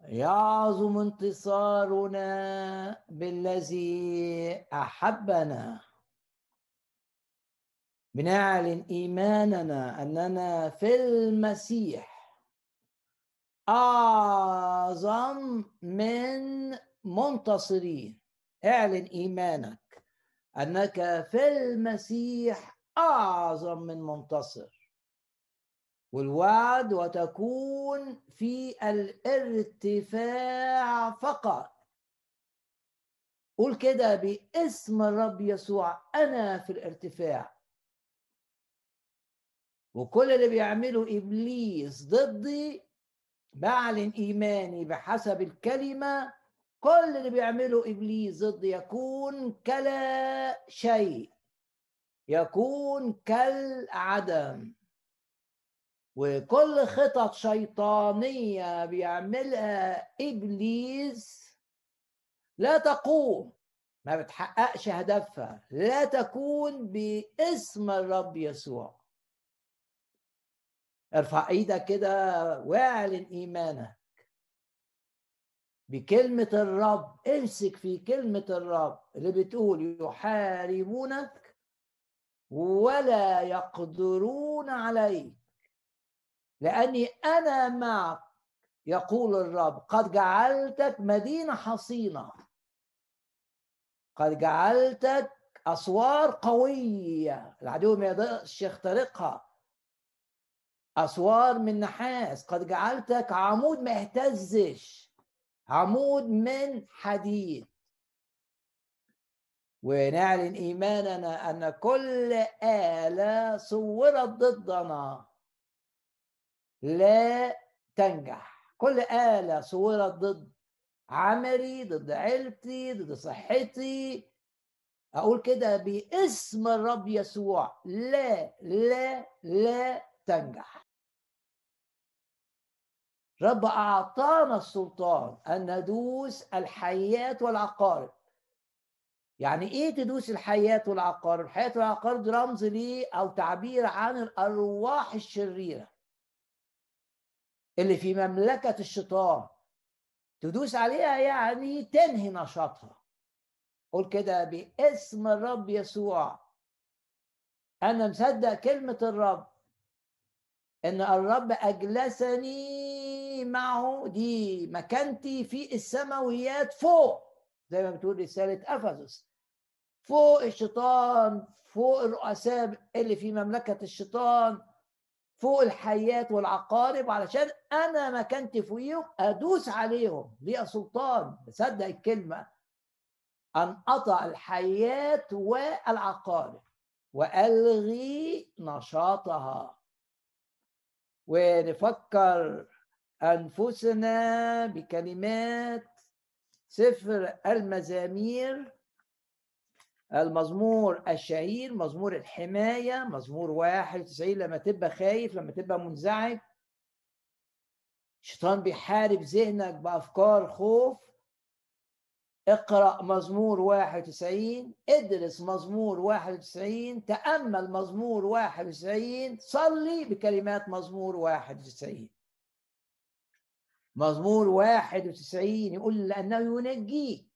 يعظم انتصارنا بالذي أحبنا. بنعلن إيماننا أننا في المسيح أعظم من منتصرين. اعلن إيمانك أنك في المسيح أعظم من منتصر، والوعد وتكون في الارتفاع فقط. قول كده باسم الرب يسوع: أنا في الارتفاع، وكل اللي بيعمله إبليس ضدي بعلن إيماني بحسب الكلمة. كل اللي بيعمله إبليس ضدي يكون كلا شيء، يكون كالعدم. وكل خطط شيطانية بيعملها إبليس لا تقوم، ما بتحققش هدفها، لا تكون باسم الرب يسوع. ارفع ايدك كده واعلن ايمانك بكلمة الرب. امسك في كلمة الرب اللي بتقول: يحاربونك ولا يقدرون عليك لأني أنا معك، يقول الرب. قد جعلتك مدينة حصينة، قد جعلتك أسوار قوية العدو ما يقدرش يخترقها، أسوار من نحاس. قد جعلتك عمود ما يهتزش، عمود من حديد. ونعلن إيماننا أن كل آلة صورت ضدنا لا تنجح. كل آلة صورت ضد عملي، ضد عيلتي، ضد صحتي، أقول كده باسم الرب يسوع: لا لا لا تنجح. رب أعطانا السلطان أن ندوس الحيات والعقارب. يعني إيه تدوس الحيات والعقارب؟ الحيات والعقارب دي رمز ليه أو تعبير عن الأرواح الشريرة اللي في مملكة الشيطان. تدوس عليها يعني تنهي نشاطها. قول كده باسم الرب يسوع: أنا مصدق كلمة الرب إن الرب أجلسني معه، دي مكانتي في السماويات فوق، زي ما بتقول رسالة أفسس، فوق الشيطان، فوق الرؤساء اللي في مملكة الشيطان، فوق الحيات والعقارب، علشان أنا مكانتي فوقيهم أدوس عليهم. ليه سلطان، بصدق الكلمة، أن أطع الحيات والعقارب وألغي نشاطها. ونفكر أنفسنا بكلمات سفر المزامير، المزمور الشهير، مزمور الحماية، مزمور 91. لما تبقى خايف، لما تبقى منزعج، الشيطان بيحارب ذهنك بأفكار خوف، اقرأ مزمور 91، ادرس مزمور 91، تأمل مزمور 91، صلي بكلمات مزمور 91. مزمور 91 يقول: لأنه ينجيك،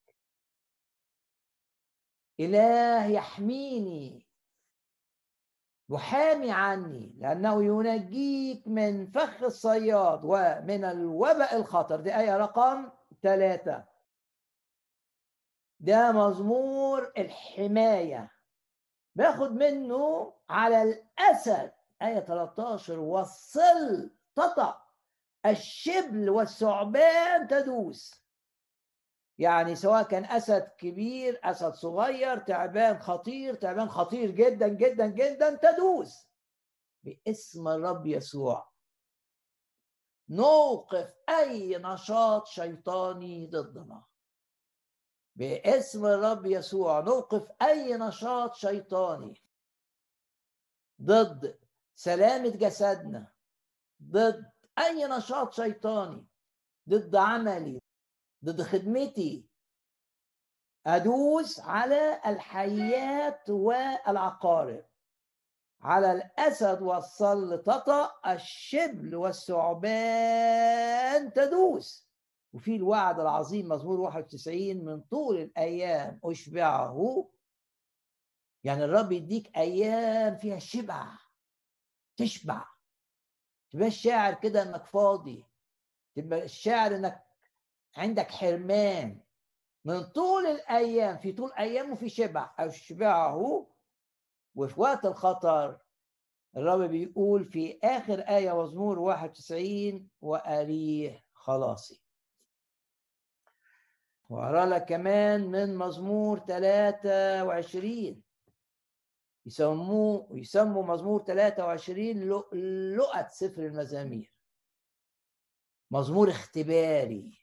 إله يحميني، يحامي عني، لأنه ينجيك من فخ الصياد ومن الوباء الخطر. دي آية رقم 3. ده مزمور الحماية، باخد منه على الأسد. آية 13: والصل تطأ، الشبل والثعبان تدوس. يعني سواء كان أسد كبير، أسد صغير، تعبان خطير، تعبان خطير جدا جدا جدا، تدوس باسم الرب يسوع. نوقف أي نشاط شيطاني ضدنا باسم الرب يسوع. نوقف أي نشاط شيطاني ضد سلامة جسدنا، ضد أي نشاط شيطاني، ضد عملي، ضد خدمتي. أدوس على الحيات والعقارب، على الأسد والصل تطأ، الشبل والثعبان تدوس وفي الوعد العظيم مزمور 91 من طول الأيام أشبعه. يعني الرب يديك أيام فيها شبع، تشبع، تبقى الشاعر كده إنك فاضي، تبقى الشاعر إنك عندك حرمان من طول الأيام. في طول أيامه في شبع، أشبعه. وفي وقت الخطر الرب بيقول في آخر آية مزمور 91 وأريه خلاصي. وأرى لك كمان من مزمور 23 يسموا مزمور 23 لقط سفر المزامير، مزمور اختباري.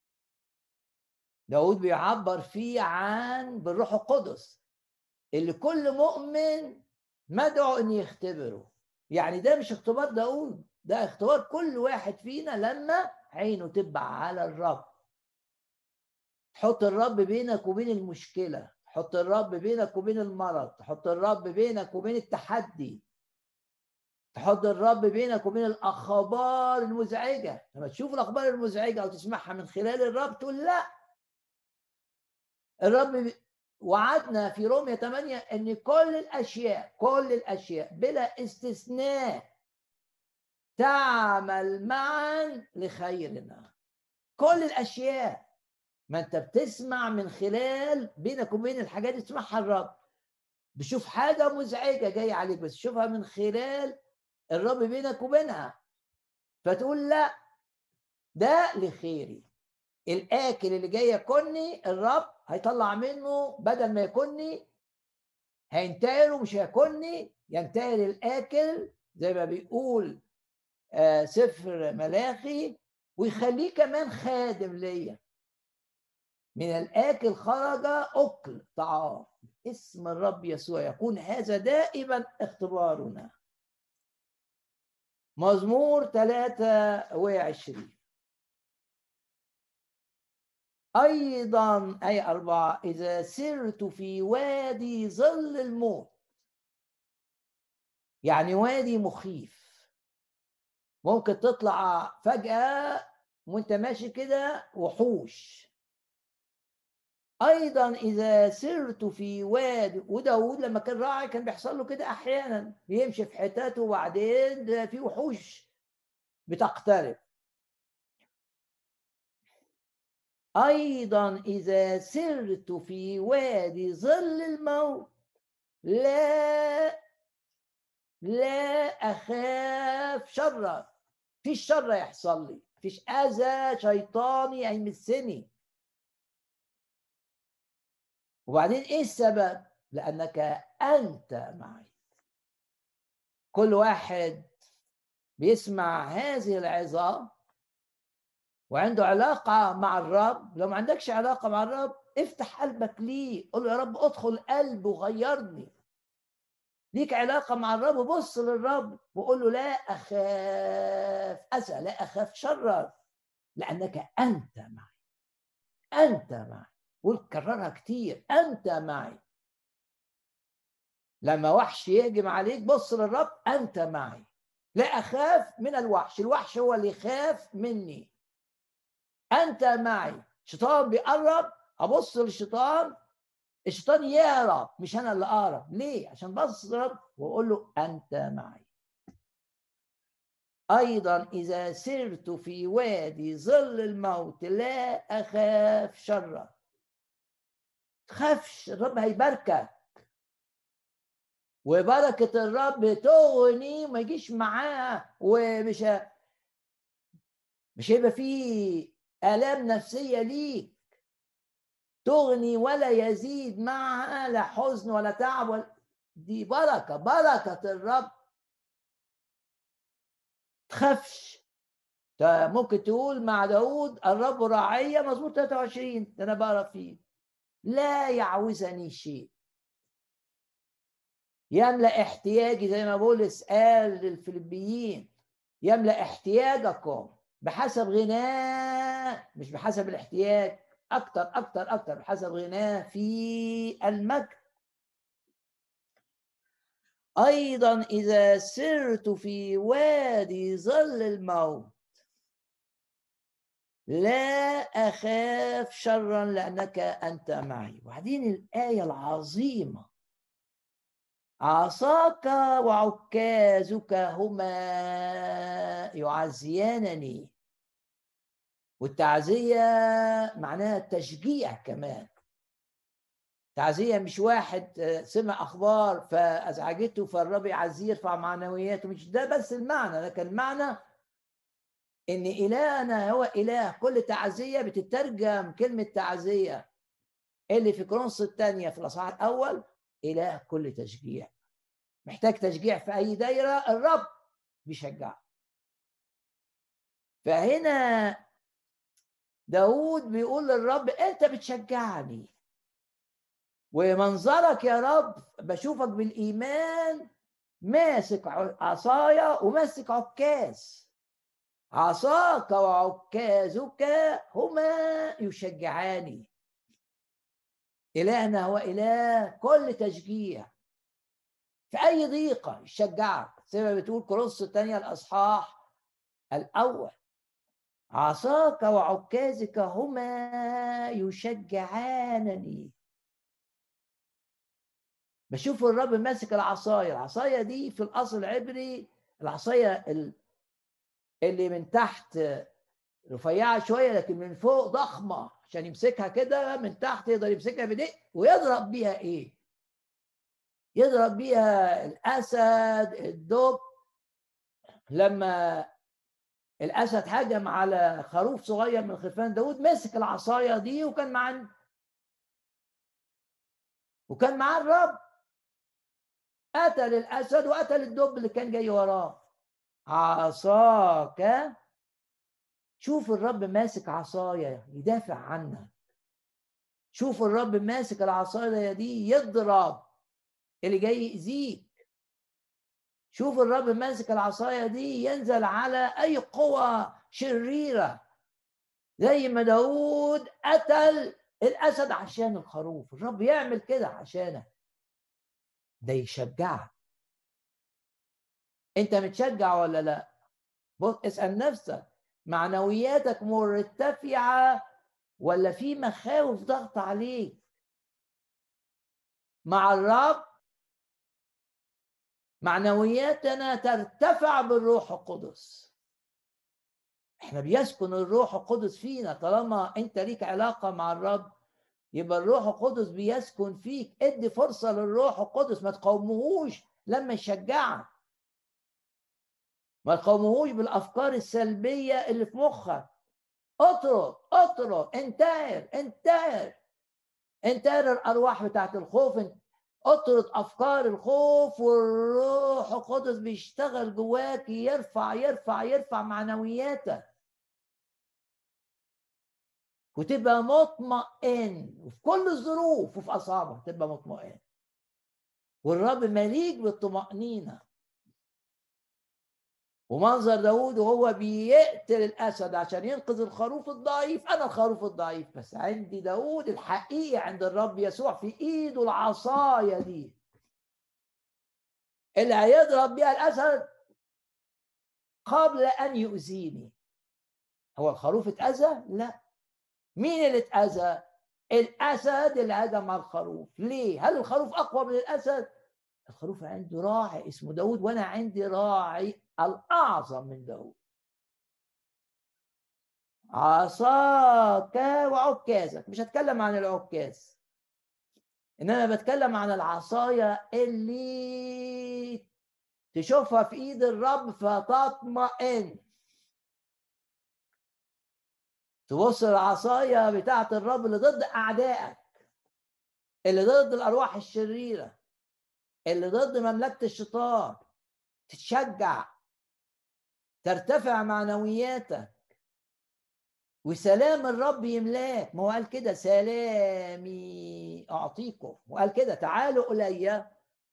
داود بيعبر فيه عن بالروح القدس اللي كل مؤمن مدعو ان يختبره. يعني ده مش اختبار داود، ده اختبار كل واحد فينا لما عينه تبقى على الرب. تحط الرب بينك وبين المشكلة، تحط الرب بينك وبين المرض، تحط الرب بينك وبين التحدي، تحط الرب بينك وبين الأخبار المزعجة. لما تشوف الأخبار المزعجة أو تسمعها من خلال الرب تقول لا. الرب وعدنا في رومية 8 أن كل الأشياء بلا استثناء تعمل معا لخيرنا. كل الأشياء. ما أنت بتسمع من خلال بينك وبين الحاجات اللي تسمعها الرب. بشوف حاجة مزعجة جاية عليك بس شوفها من خلال الرب بينك وبينها، فتقول لا ده لخيري. الآكل اللي جاي ياكلني الرب هيطلع منه، بدل ما ياكلني هينتقل مش هياكلني، ينتقل الآكل زي ما بيقول سفر ملاخي، ويخليه كمان خادم ليا. من الآكل خرج أكل طعام. اسم الرب يسوع يكون هذا دائما اختبارنا. مزمور 23 أيضا أي 4 إذا سرت في وادي ظل الموت. يعني وادي مخيف، ممكن تطلع فجأة وانت ماشي كده وحوش. أيضا إذا سرت في وادي، وداود لما كان راعي كان بيحصل له كده أحيانا، بيمشي في حتاته وبعدين في وحوش بتقترب. أيضا إذا سرت في وادي ظل الموت لا أخاف شرا. فيش شر يحصل لي، فيش أذى شيطاني هيمسني. وبعدين إيه السبب؟ لأنك أنت معي. كل واحد بيسمع هذه العظة وعنده علاقة مع الرب، لو ما عندكش علاقة مع الرب افتح قلبك ليه، قل له يا رب ادخل قلبي وغيرني. ليك علاقة مع الرب وبص للرب وقول له لا أخاف أذى، لا أخاف شرا، لأنك أنت معي. أنت معي. وكررها كتير، أنت معي. لما وحش يهجم عليك بص للرب، أنت معي. لا أخاف من الوحش، الوحش هو اللي يخاف مني. أنت معي. شيطان بيقرب أبص للشيطان، الشيطان يهرب مش أنا اللي أقرب. ليه؟ عشان بص للرب وأقول له أنت معي. أيضا إذا سرت في وادي ظل الموت لا أخاف شرا. تخافش، الرب هيباركك، وبركة الرب تغني ما يجيش معاه، مش هيبقى فيه آلام نفسية ليك، تغني ولا يزيد معها لا حزن ولا تعب دي بركة الرب. تخافش. ممكن تقول مع داود الرب راعية، مزمور 23 ده أنا بقرا فيه، لا يعوزني شيء. يملأ احتياجي زي ما بولس قال للفيلبيين، يملأ احتياجكم بحسب غناه، مش بحسب الاحتياج، أكتر بحسب غناه في المجد. أيضا إذا سرت في وادي ظل الموت لا أخاف شرا لأنك أنت معي. وبعدين الآية العظيمة: عصاك وعكازك هما يعزيانني. والتعزية معناها التشجيع كمان. تعزية مش واحد سمع أخبار فأزعجته فالرب يعزيه يرفع معنوياته، مش ده بس المعنى، لكن المعنى إن إلهنا هو إله كل تعزية. بتترجم كلمة تعزية اللي في كورنثوس الثانية في الأصحاح الأول: إله كل تشجيع. محتاج تشجيع في أي دايرة، الرب بيشجعك. فهنا داود بيقول للرب: أنت بتشجعني، ومنظرك يا رب بشوفك بالإيمان ماسك عصايا وماسك عكاز. عصاك وعكازك هما يشجعاني. إلهنا هو إله كل تشجيع. في أي ضيقة يشجعك، زي ما بتقول كورنثوس الثانية الأصحاح الأول: عصاك وعكازك هما يشجعانني. بشوف الرب ماسك العصاية دي في الأصل العبري العصاية اللي من تحت رفيعة شوية لكن من فوق ضخمة، عشان يمسكها كده من تحت يقدر يمسكها بإيديه ويضرب بيها إيه؟ يضرب بيها الأسد، الدب. لما الأسد هجم على خروف صغير من خرفان داود، مسك العصاية دي وكان معاه الرب، قتل الأسد وقتل الدب اللي كان جاي وراه. عصاك. شوف الرب ماسك عصاية يدافع عنك. شوف الرب ماسك العصاية دي يضرب اللي جاي يأذيك. شوف الرب ماسك العصاية دي ينزل على أي قوة شريرة، زي ما داود قتل الأسد عشان الخروف. الرب يعمل كده عشانك، ده يشجعك. أنت متشجع ولا لا؟ بص اسأل نفسك: معنوياتك مرتفعة ولا في مخاوف ضغط عليك؟ مع الرب معنوياتنا ترتفع بالروح القدس. احنا بيسكن الروح القدس فينا. طالما انت ليك علاقة مع الرب يبقى الروح القدس بيسكن فيك. ادي فرصة للروح القدس، ما تقاومهوش لما يشجعك. ما تقاومهوش بالافكار السلبية اللي في مخك. اطرد انتهر الارواح بتاعت الخوف. اطرد افكار الخوف، والروح القدس بيشتغل جواك يرفع معنوياتك، وتبقى مطمئن. وفي كل الظروف وفي اصعبها تبقى مطمئن، والرب مليك بالطمأنينة. ومنظر داود وهو بيقتل الاسد عشان ينقذ الخروف الضعيف: انا الخروف الضعيف، بس عندي داود الحقيقي عند الرب يسوع في ايده العصايه دي اللي هيضرب بيها الاسد قبل ان يؤذيني. هو الخروف اتاذى؟ لا. مين اللي اتاذى؟ الاسد اللي هجم على الخروف. ليه؟ هل الخروف اقوى من الاسد؟ الخروف عنده راعي اسمه داود، وانا عندي راعي الاعظم من داود. عصاك وعكازك. مش هتكلم عن العكاز، انما بتكلم عن العصايه اللي تشوفها في ايد الرب فتطمئن. تبص العصايه بتاعت الرب اللي ضد اعدائك، اللي ضد الارواح الشريره، اللي ضد مملكه الشيطان، تتشجع، ترتفع معنوياتك، وسلام الرب يملاك. ما هو قال كده: سلامي اعطيكم. وقال كده: تعالوا الي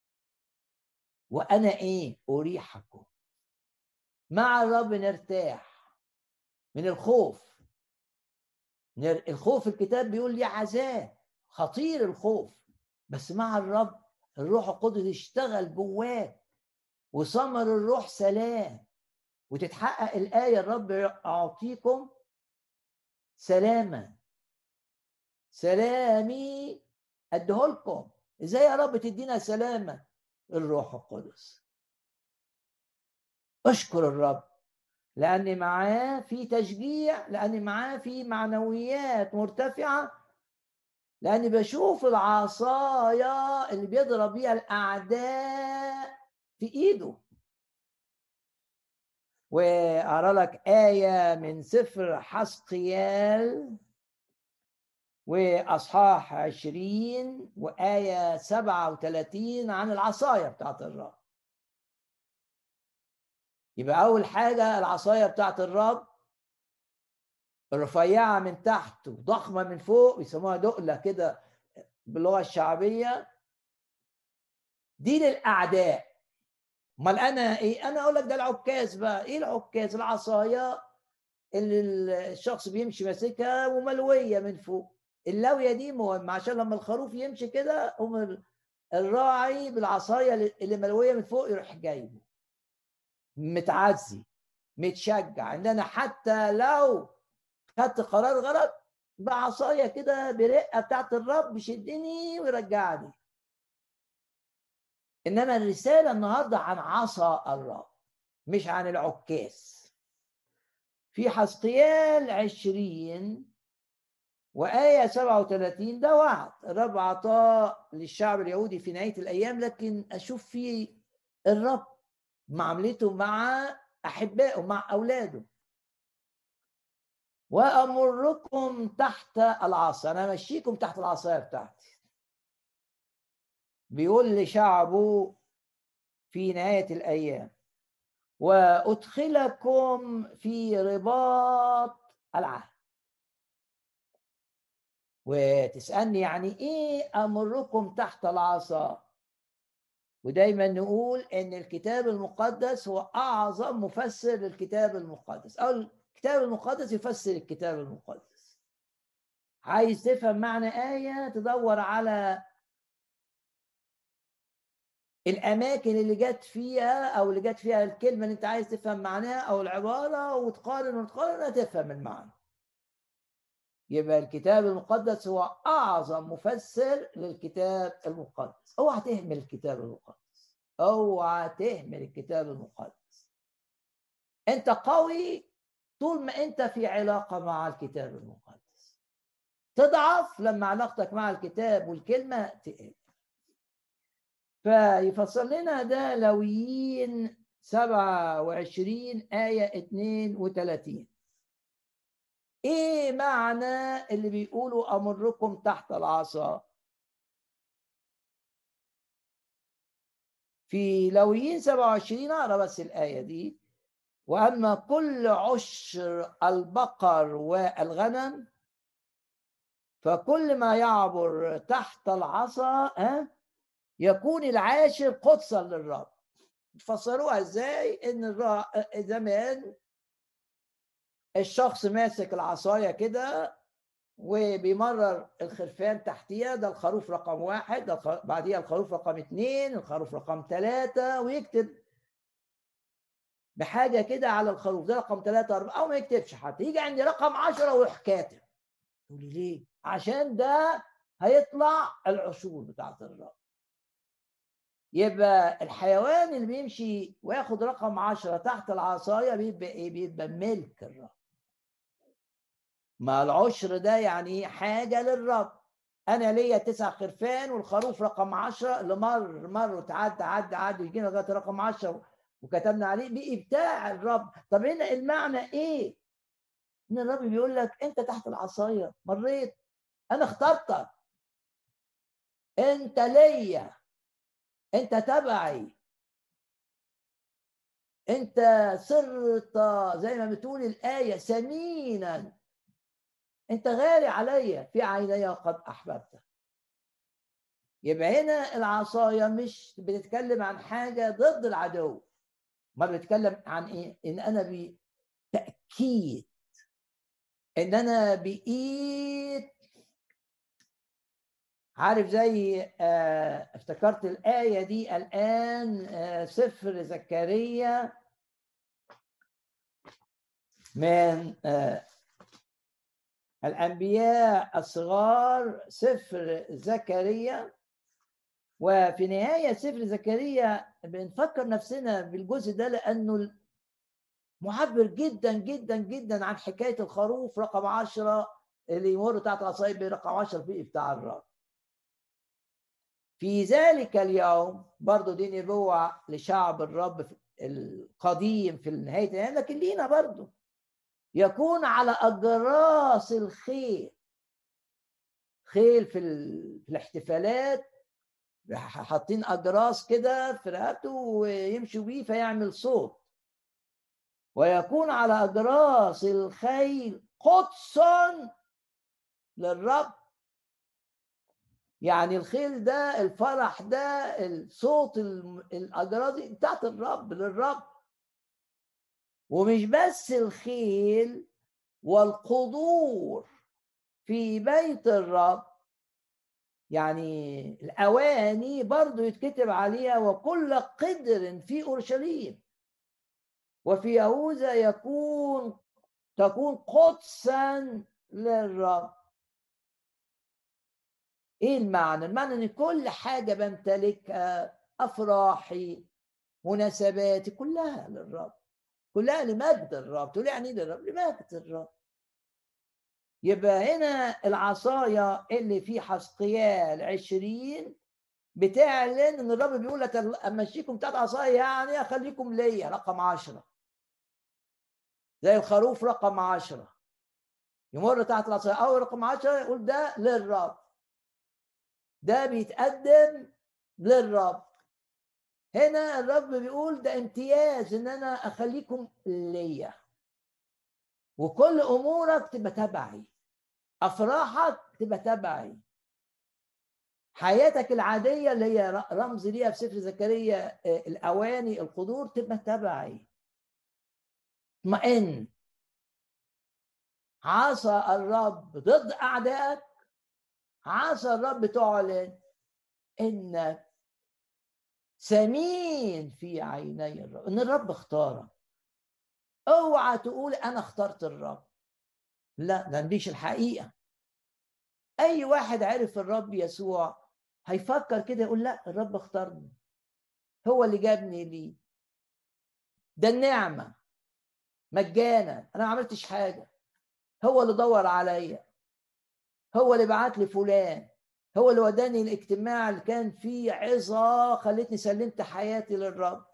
وانا اريحكم. مع الرب نرتاح من الخوف. الخوف الكتاب بيقول لي عذاب خطير الخوف، بس مع الرب الروح القدس يشتغل جواك، وثمر الروح سلام، وتتحقق الآية: الرب أعطيكم سلاما، سلامي اديهولكم. ازاي يا رب تدينا سلامة؟ الروح القدس. اشكر الرب لأني معاه في تشجيع، لأني معاه في معنويات مرتفعة، لأني بشوف العصاية اللي بيضرب بيها الأعداء في إيده. وأرى لك آية من سفر حسقيال وأصحاح 20 وآية 37 عن العصاية بتاعت الرب. يبقى أول حاجة العصاية بتاعت الرب رفيعة من تحت وضخمة من فوق، يسموها دقلة كده باللغة الشعبية، دي للأعداء. امال أنا إيه؟ أنا أقول لك ده العكاز بقى. إيه العكاز؟ العصاية اللي الشخص بيمشي ماسكها وملوية من فوق. اللاوية دي مهمة عشان لما الخروف يمشي كده الراعي بالعصاية اللي ملوية من فوق يروح جايبه متعزي متشجع ان انا حتى لو خدت قرار غلط بعصايه كده برقه بتاعت الرب يشدني ويرجعني. انما الرساله النهارده عن عصا الرب مش عن العكاز. في حزقيال 20 وآية 37 ده وعد الرب عطاه للشعب اليهودي في نهاية الأيام، لكن أشوف فيه الرب معاملته مع أحبائه مع أولاده. وأمركم تحت العصا، أنا أمشيكم تحت العصاية بتاعتي. بيقول لشعبه في نهاية الأيام وأدخلكم في رباط العهد. وتسألني يعني إيه أمركم تحت العصا؟ ودايما نقول إن الكتاب المقدس هو أعظم مفسر للكتاب المقدس، أو الكتاب المقدس يفسر الكتاب المقدس. عايز تفهم معنى آية تدور على الأماكن اللي جت فيها أو اللي جت فيها الكلمة اللي أنت عايز تفهم معناها أو العبارة، وتقارن وتقارن تفهم المعنى. يبقى الكتاب المقدس هو أعظم مفسر للكتاب المقدس. أوعى تهمل الكتاب المقدس، أوعى تهمل الكتاب المقدس. أنت قوي طول ما أنت في علاقة مع الكتاب المقدس. تضعف لما علاقتك مع الكتاب والكلمة تقل. فيفسر لنا ده لويين 27 آية 32. ايه معنى اللي بيقولوا امركم تحت العصا؟ في لويين 27 اقرا بس الآية دي. واما كل عشر البقر والغنم فكل ما يعبر تحت العصا يكون العاشر قدسا للرب. فسروها ازاي؟ ان زمان الشخص ماسك العصايه كده وبيمرر الخرفان تحتيها، ده الخروف رقم 1، ده بعديها الخروف رقم 2، الخروف رقم 3، ويكتب بحاجه كده على الخروف ده رقم 3 4، او ما يكتبش حتى، يجي عند رقم 10 ويروح كاتب. تقولي ليه؟ عشان ده هيطلع العشور بتاعت الرب. يبقى الحيوان اللي بيمشي وياخد رقم 10 تحت العصايه بيبقى ايه؟ بيبقى ملك الرب. ما العشر ده يعني حاجه للرب. انا ليا 9 خرفان والخروف رقم 10 اللي مر وتعدى عدى يجينا لغايه رقم 10 وكتبنا عليه بقي بتاع الرب. طب هنا المعنى ايه؟ ان الرب بيقول لك انت تحت العصايه مريت، انا اخترتك، انت ليا، انت تبعي، انت صرت زي ما بتقول الايه ثمينا، انت غالي عليا في عيني قد احببتك. يبقى هنا العصايه مش بتتكلم عن حاجه ضد العدو، ما بتتكلم عن ايه؟ ان انا بتاكيد ان انا بايد. عارف زي افتكرت الايه دي الان، سفر زكريا من الأنبياء الصغار سفر زكريا. وفي نهاية سفر زكريا بنفكر نفسنا بالجزء ده لأنه معبر جدا جدا جدا عن حكاية الخروف رقم 10 اللي يمر تحت العصاية رقم 10 في بتاع الرب. في ذلك اليوم برضو دي نبوة لشعب الرب القديم في نهاية، لكن لينا برضو يكون على أجراس الخيل. خيل في الاحتفالات حاطين أجراس كده في رقبته ويمشوا بيه فيعمل صوت. ويكون على أجراس الخيل قدسا للرب. يعني الخيل ده، الفرح ده، الصوت، الأجراس دي بتاعت الرب للرب. ومش بس الخيل والقدور في بيت الرب، يعني الأواني برضو يتكتب عليها وكل قدر في أورشليم وفي يهوذا تكون قدسا للرب. ايه المعنى؟ المعنى ان كل حاجة بمتلكها، افراحي، مناسباتي، كلها للرب، كلها لمجد الرب. تقول يعني ايه للرب؟ لمجد الرب. يبقى هنا العصاية اللي في حزقيال 20 بتعلن ان الرب بيقول لك امشيكم تحت عصاية، يعني اخليكم ليا رقم 10 زي الخروف رقم 10 يمر تحت العصاية. أول رقم 10 يقول ده للرب، ده بيتقدم للرب. هنا الرب بيقول ده امتياز ان انا اخليكم ليا، وكل امورك تبقى تبعي، افراحك تبقى تبعي، حياتك العاديه اللي هي رمز ليها في سفر زكريا الاواني القدور تبقى تبعي. اطمئن. عصا الرب ضد اعدائك. عصا الرب تعلن انك ثمين في عيني الرب، ان الرب اختارك. اوعى تقول انا اخترت الرب، لا، ده مش الحقيقه. اي واحد عرف الرب يسوع هيفكر كده يقول لا، الرب اختارني، هو اللي جابني ليه، ده النعمه مجانا، انا ما عملتش حاجه، هو اللي دور عليا، هو اللي بعت لي فلان، هو اللي وداني الاجتماع اللي كان فيه عظه خلتني سلمت حياتي للرب،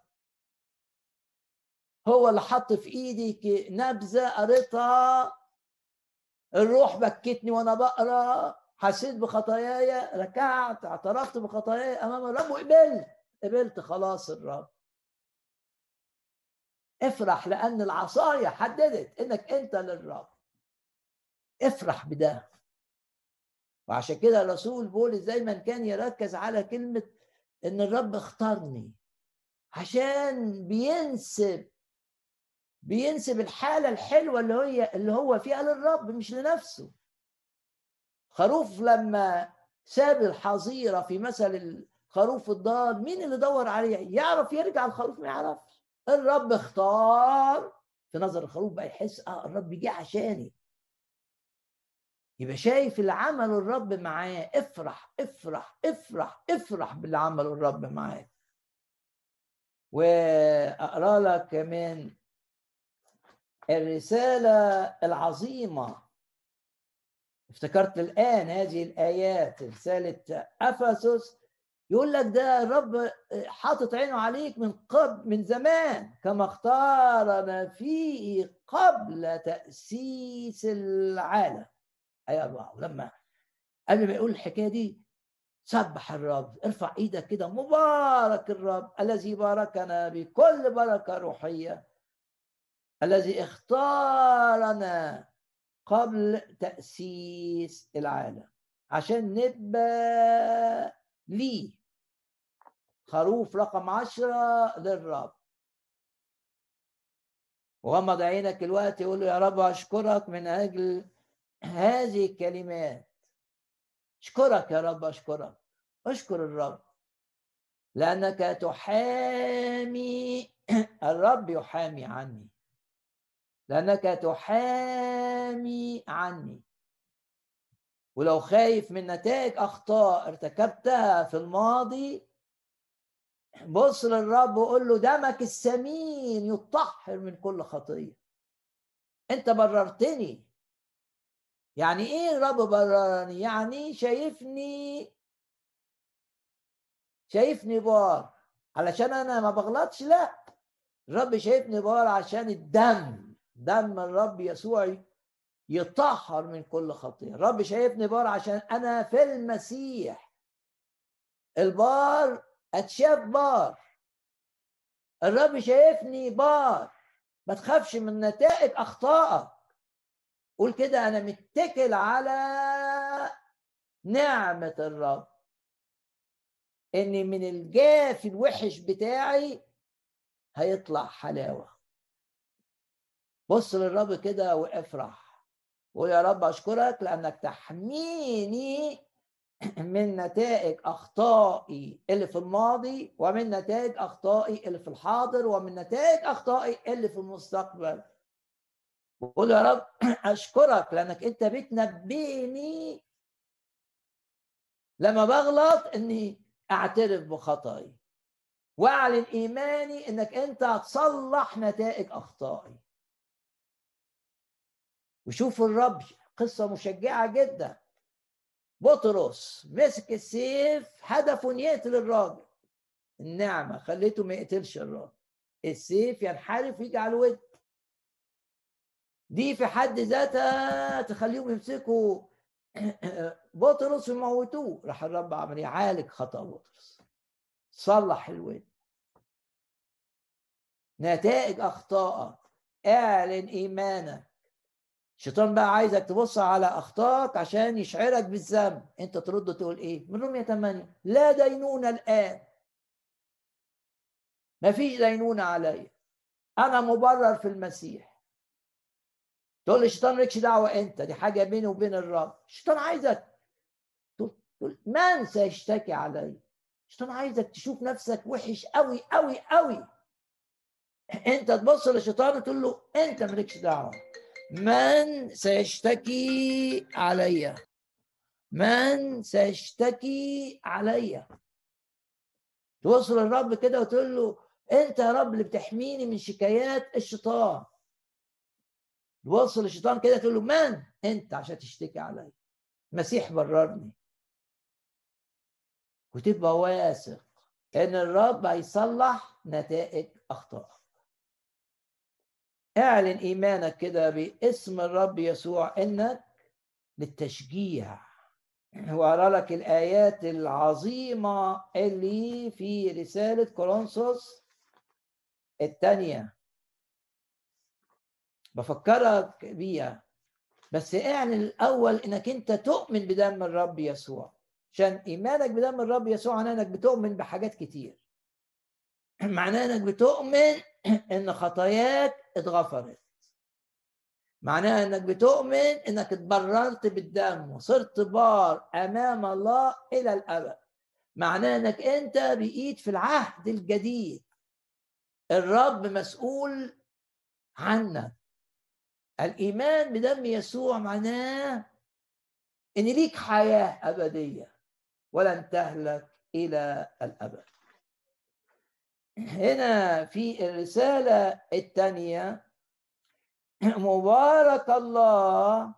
هو اللي حط في ايدي نبذه قريتها، الروح بكتني وانا بقرا، حسيت بخطاياي، ركعت، اعترفت بخطاياي امام الرب قبلت خلاص الرب. افرح لان العصايه حددت انك انت للرب. افرح بده. وعشان كده الرسول بولس دايما كان يركز على كلمه ان الرب اختارني، عشان بينسب الحاله الحلوه اللي هو فيها للرب مش لنفسه. خروف لما ساب الحظيره في مثل الخروف الضال، مين اللي دور عليه؟ يعرف يرجع الخروف؟ ما يعرفش. الرب اختار. في نظر الخروف بقى يحس الرب جه عشاني، يبقى شايف اللي عمله الرب معاه. افرح افرح افرح افرح باللي عمله الرب معاه. واقرا لك من الرساله العظيمه، افتكرت الآن هذه الآيات، رسالة أفسس، يقول لك ده الرب حاطط عينه عليك من قبل، من زمان، كما اختارنا فيه قبل تأسيس العالم. أي الله، لما قبل ما يقول الحكاية دي سبح الرب، ارفع ايدك كده، مبارك الرب الذي باركنا بكل بركة روحية، الذي اختارنا قبل تأسيس العالم عشان نبقى ليه خروف رقم 10 للرب. وغمض عينك الوقت يقول له يا رب أشكرك من أجل هذه الكلمات. أشكرك يا رب، أشكرك، أشكر الرب لأنك تحامي. الرب يحامي عني، لأنك تحامي عني ولو خايف من نتائج أخطاء ارتكبتها في الماضي، بص للرب وقول له دمك الثمين يطهر من كل خطية. أنت بررتني. يعني إيه الرب بررني؟ يعني شايفني بار علشان أنا ما بغلطش؟ لا، الرب شايفني بار عشان دم الرب يسوع يطهر من كل خطية. الرب شايفني بار عشان أنا في المسيح البار اتشاف بار. الرب شايفني بار. ما تخافش من نتائج اخطائك. قول كده انا متكل على نعمة الرب، ان من الجاف الوحش بتاعي هيطلع حلاوة. بص للرب كده وافرح، قول يا رب اشكرك لانك تحميني من نتائج أخطائي اللي في الماضي، ومن نتائج أخطائي اللي في الحاضر، ومن نتائج أخطائي اللي في المستقبل. وقول يا رب أشكرك لأنك أنت بتنبهني لما بغلط إني أعترف بخطئي، وأعلن إيماني إنك أنت هتصلح نتائج أخطائي. وشوف الرب قصة مشجعة جدا. بطرس مسك السيف، هدفه يقتل الراجل، النعمة خليته ما يقتلش الراجل. السيف ينحرف يجي على الود. دي في حد ذاتها تخليهم يمسكوا بطرس ويموتوه. راح الرب عمل يعالج خطأ بطرس، صلح الود. نتائج أخطائك اعلن إيمانك. الشيطان بقى عايزك تبص على أخطائك عشان يشعرك بالذنب. أنت ترد تقول إيه؟ من رومية 8 لا دينونة الآن، مفيش دينونة عليا، أنا مبرر في المسيح. تقول لي الشيطان مالكش دعوة أنت، دي حاجة بيني وبين الرب. الشيطان عايزك تقول من سيشتكي علي. الشيطان عايزك تشوف نفسك وحش قوي قوي قوي. أنت تبص للشيطان وتقول له أنت مالكش دعوة. من سيشتكي علي؟ من سيشتكي علي؟ توصل للرب كده وتقول له أنت يا رب اللي بتحميني من شكايات الشيطان. توصل للشيطان كده تقول له من أنت عشان تشتكي علي؟ المسيح بررني. وتبقى واثق ان الرب هيصلح نتائج اخطائك. اعلن ايمانك كده باسم الرب يسوع انك للتشجيع. وأرى لك الآيات العظيمة اللي في رسالة كورنثوس الثانية، بفكرك بيها. بس اعلن الأول إنك أنت تؤمن بدم الرب يسوع، عشان إيمانك بدم الرب يسوع معناه إنك بتؤمن بحاجات كتير. معناه إنك بتؤمن إن خطاياك اتغفرت. معناها إنك بتؤمن إنك اتبررت بالدم وصرت بار أمام الله إلى الأبد. معناه إنك أنت بقيت في العهد الجديد، الرب مسؤول عنك. الإيمان بدم يسوع معناه إن ليك حياة أبدية ولن تهلك إلى الأبد. هنا في الرسالة الثانية مبارك الله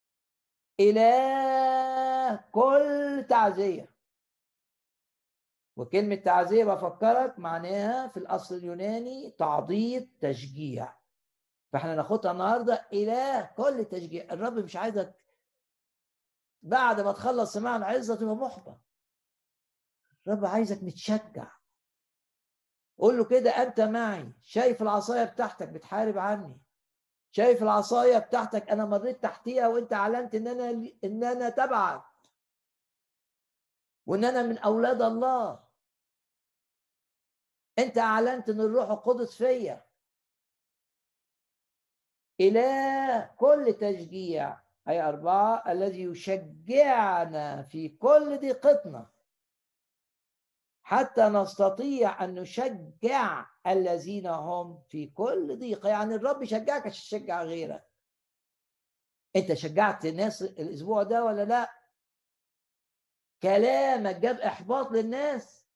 إله كل تعزية. وكلمة تعزية بفكرك معناها في الأصل اليوناني تعضيد، تشجيع. فاحنا ناخدها النهارده إله كل تشجيع. الرب مش عايزك بعد ما تخلص سماع العظة تبقى محبط. الرب عايزك متشجع. قول له كده أنت معي، شايف العصاية بتاعتك بتحارب عني، شايف العصاية بتاعتك أنا مريت تحتيها وأنت علمت إن أنا تبعك وإن أنا من أولاد الله. أنت أعلنت إن الروح القدس فيا. إله كل تشجيع أي 4 الذي يشجعنا في كل ضيقتنا حتى نستطيع أن نشجع الذين هم في كل ضيقة. يعني الرب يشجعك عشان تشجع غيرك. أنت شجعت الناس الأسبوع ده ولا لا؟ كلامك جاب إحباط للناس،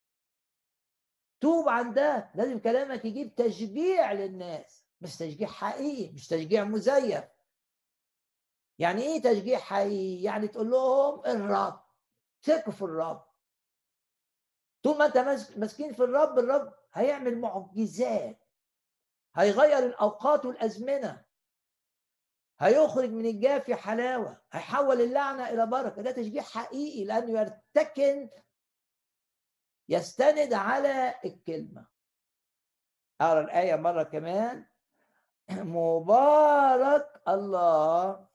توب عن ده. لازم كلامك يجيب تشجيع للناس، بس تشجيع حقيقي مش تشجيع مزيف. يعني ايه تشجيع حقيقي؟ يعني تقول لهم الرب، ثقوا في الرب. طول ما انت ماسكين في الرب، الرب هيعمل معجزات، هيغير الاوقات والازمنه، هيخرج من الجافي حلاوه، هيحول اللعنه الى بركه. ده تشجيع حقيقي لانه يستند على الكلمه. اقرا الايه مره كمان. مبارك الله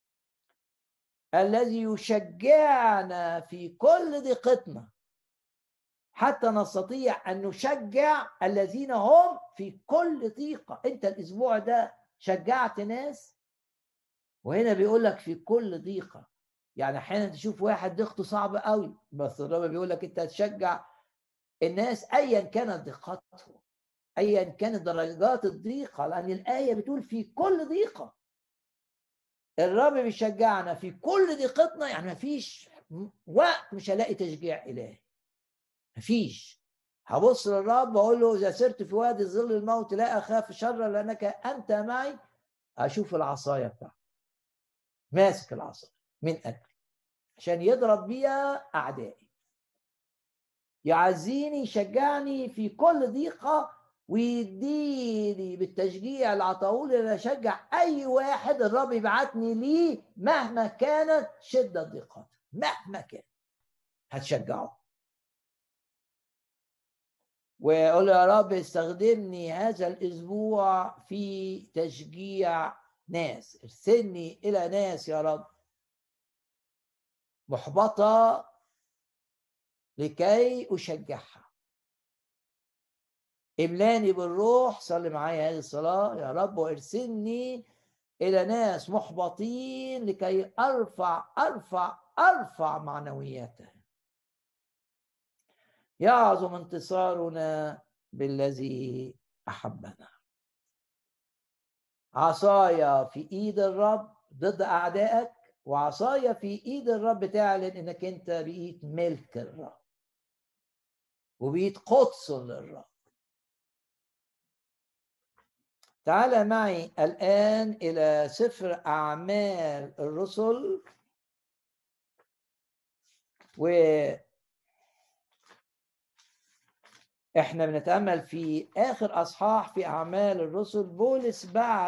الذي يشجعنا في كل ضيقتنا حتى نستطيع أن نشجع الذين هم في كل ضيقة. أنت الأسبوع ده شجعت ناس، وهنا بيقول لك في كل ضيقة. يعني أحيانا تشوف واحد ضيقته صعبة قوي، بس الرب بيقول لك أنت هتشجع الناس أيا كانت ضيقتهم، أيا كانت درجات الضيقة، لأن الآية بتقول في كل ضيقة. الرب بيشجعنا في كل ضيقتنا. يعني مفيش وقت مش هلاقي تشجيع إلهي، مفيش. هبص للرب واقول له اذا سرت في وادي ظل الموت لا اخاف شرا لانك انت معي. اشوف العصايه بتاعته، ماسك العصايه من اجلي عشان يضرب بيها اعدائي، يعزيني، يشجعني في كل ضيقه، ويديني بالتشجيع اللي عطاهولي اللي اشجع اي واحد الرب يبعتني ليه مهما كانت شده ضيقاته. مهما كان هتشجعه ويقول يا رب استخدمني هذا الأسبوع في تشجيع ناس، ارسلني إلى ناس يا رب محبطة لكي أشجعها. املاني بالروح. صلي معايا هذه الصلاة: يا رب وارسلني إلى ناس محبطين لكي أرفع معنوياتهم. يعظم انتصارنا بالذي أحبنا. عصايا في ايد الرب ضد اعدائك، وعصايا في ايد الرب تعلن انك انت بقيت ملك الرب وبقيت قدس للرب. تعال معي الان الى سفر اعمال الرسل، واحنا بنتامل في اخر اصحاح في اعمال الرسل. بولس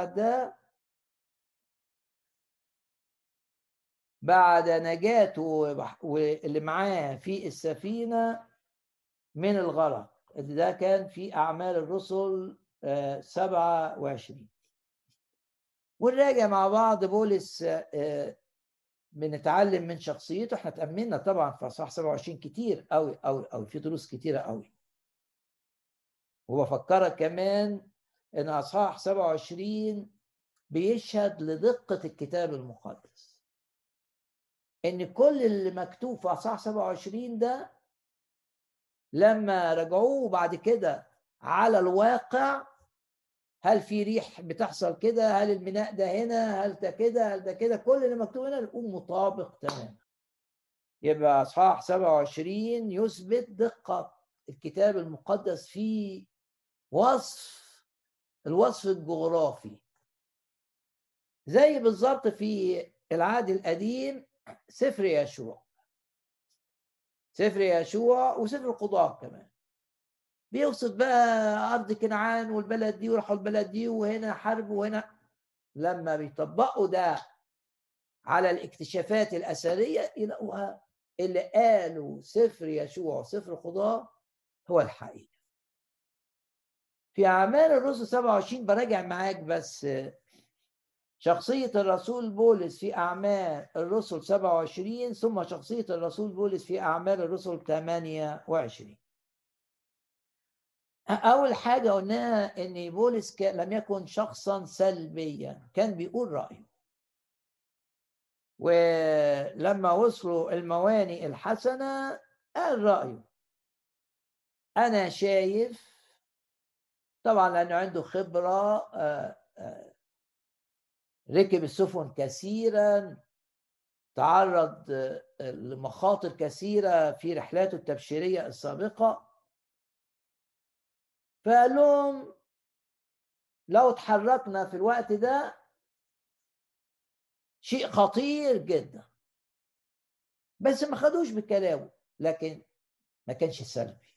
بعد نجاته واللي معاه في السفينه من الغرق. ده كان في أعمال الرسل 27. ونراجع مع بعض بولس، بنتعلم من شخصيته. احنا تأملنا طبعا في أصحاح 27 كتير قوي قوي قوي، في دروس كتيرة قوي. وبفكرك كمان ان أصحاح 27 بيشهد لدقة الكتاب المقدس، ان كل اللي مكتوب في أصحاح 27 ده لما رجعوه بعد كده على الواقع، هل في ريح بتحصل كده، هل الميناء ده هنا، هل ده كده، هل ده كده، كل اللي مكتوب هنا يكون مطابق تماما. يبقى اصحاح 27 يثبت دقة الكتاب المقدس في الوصف الجغرافي. زي بالظبط في العهد القديم سفر يشوع وسفر القضاء كمان بيوصف بقى ارض كنعان والبلد دي وراحوا البلد دي وهنا حرب وهنا. لما بيطبقوا ده على الاكتشافات الأثرية يلاقوها اللي قالوا سفر يشوع وسفر قضاء هو الحقيقة. في أعمال الرسل 27 براجع معاك بس شخصية الرسول بولس في أعمال الرسل 27، ثم شخصية الرسول بولس في أعمال الرسل 28. أول حاجة قلناها إن بولس لم يكن شخصا سلبيا، كان بيقول رأيه. ولما وصلوا الموانئ الحسنة قال رأيه. أنا شايف طبعا لأنه عنده خبرة، ركب السفن كثيرا، تعرض لمخاطر كثيرة في رحلاته التبشيرية السابقة. فقال لهم لو اتحركنا في الوقت ده شيء خطير جدا، بس ما خدوش بكلامه، لكن ما كانش سلبي.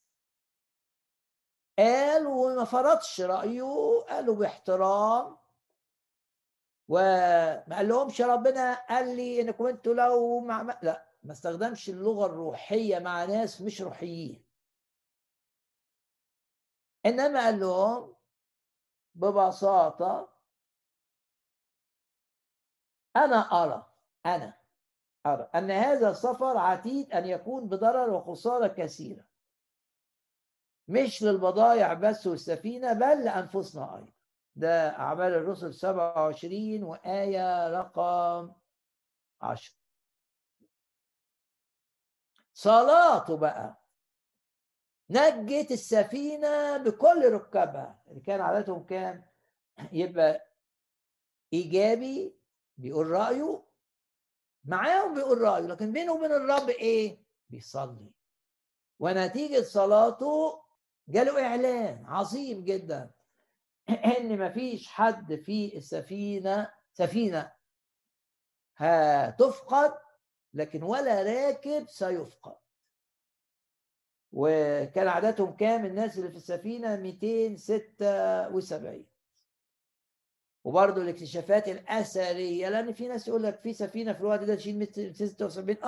قال وما فرضش رأيه، قالوا باحترام، وما قال لهمش ربنا قال لي انكم انتوا لو لا، ما استخدمش اللغة الروحية مع ناس مش روحيين، انما قال لهم ببساطة أنا أرى أن هذا السفر عتيد أن يكون بضرر وخسارة كثيرة، مش للبضائع بس والسفينة، بل لأنفسنا أيضا. ده أعمال الرسل 27 وآية رقم 10. صلاته بقى نجت السفينة بكل ركابها، اللي كان عادتهم كان يبقى إيجابي بيقول رأيه، معاهم بيقول رأيه، لكن بينه وبين الرب إيه؟ بيصلي. ونتيجة صلاته جاله إعلان عظيم جدا إن مفيش حد في سفينة هتفقد، لكن ولا راكب سيفقد. وكان عددهم كام الناس اللي في السفينة؟ 276. وبرضه الاكتشافات الأثرية، لأن في ناس يقول لك في سفينة في الوقت ده تشيل 276.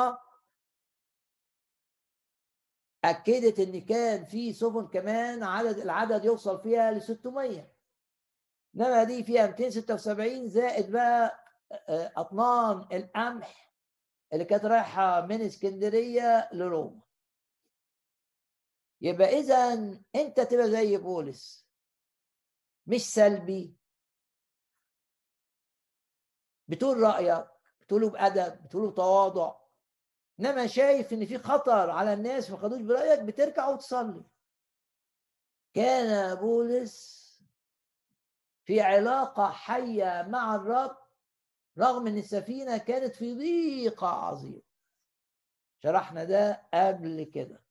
أكدت إن كان في سفن كمان العدد يوصل فيها ل 600، إنما دي فيها 276 زائد بقى أطنان القمح اللي كانت رايحة من اسكندرية لروما. يبقى إذا أنت تبقى زي بولس، مش سلبي، بتقول رأيك، بتقوله بأدب، بتقوله بتواضع، إنما شايف إن في خطر على الناس ما خدوش برأيك، بتركع وتصلي. كان بولس في علاقة حية مع الرب رغم ان السفينة كانت في ضيقة عظيمة. شرحنا ده قبل كده.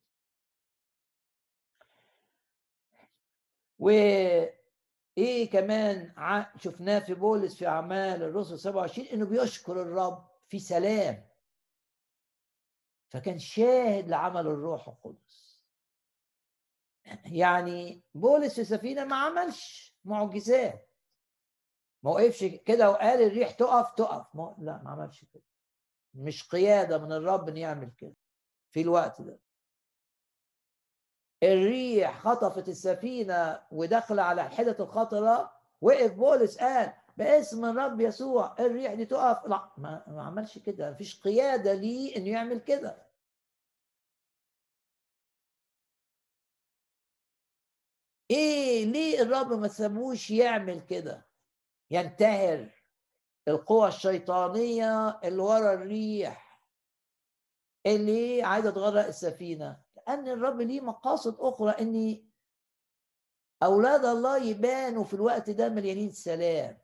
وايه كمان شفناه في بولس في اعمال الرسل 27 انه بيشكر الرب في سلام، فكان شاهد لعمل الروح القدس. يعني بولس في السفينة ما عملش معجزات، ما وقفش كده وقال الريح تقف لا، ما عملش كده. مش قيادة من الرب ان يعمل كده في الوقت ده. الريح خطفت السفينة ودخل على الحدة الخطرة، وقف بولس قال باسم الرب يسوع الريح دي تقف. لا، ما عملش كده، مفيش قيادة ليه انه يعمل كده. ايه ليه الرب ما سابوش يعمل كده، ينتهر القوى الشيطانية اللي ورا الريح اللي عايزة تغرق السفينة؟ لأن الرب ليه مقاصد أخرى، إن أولاد الله يبانوا في الوقت ده مليانين سلام.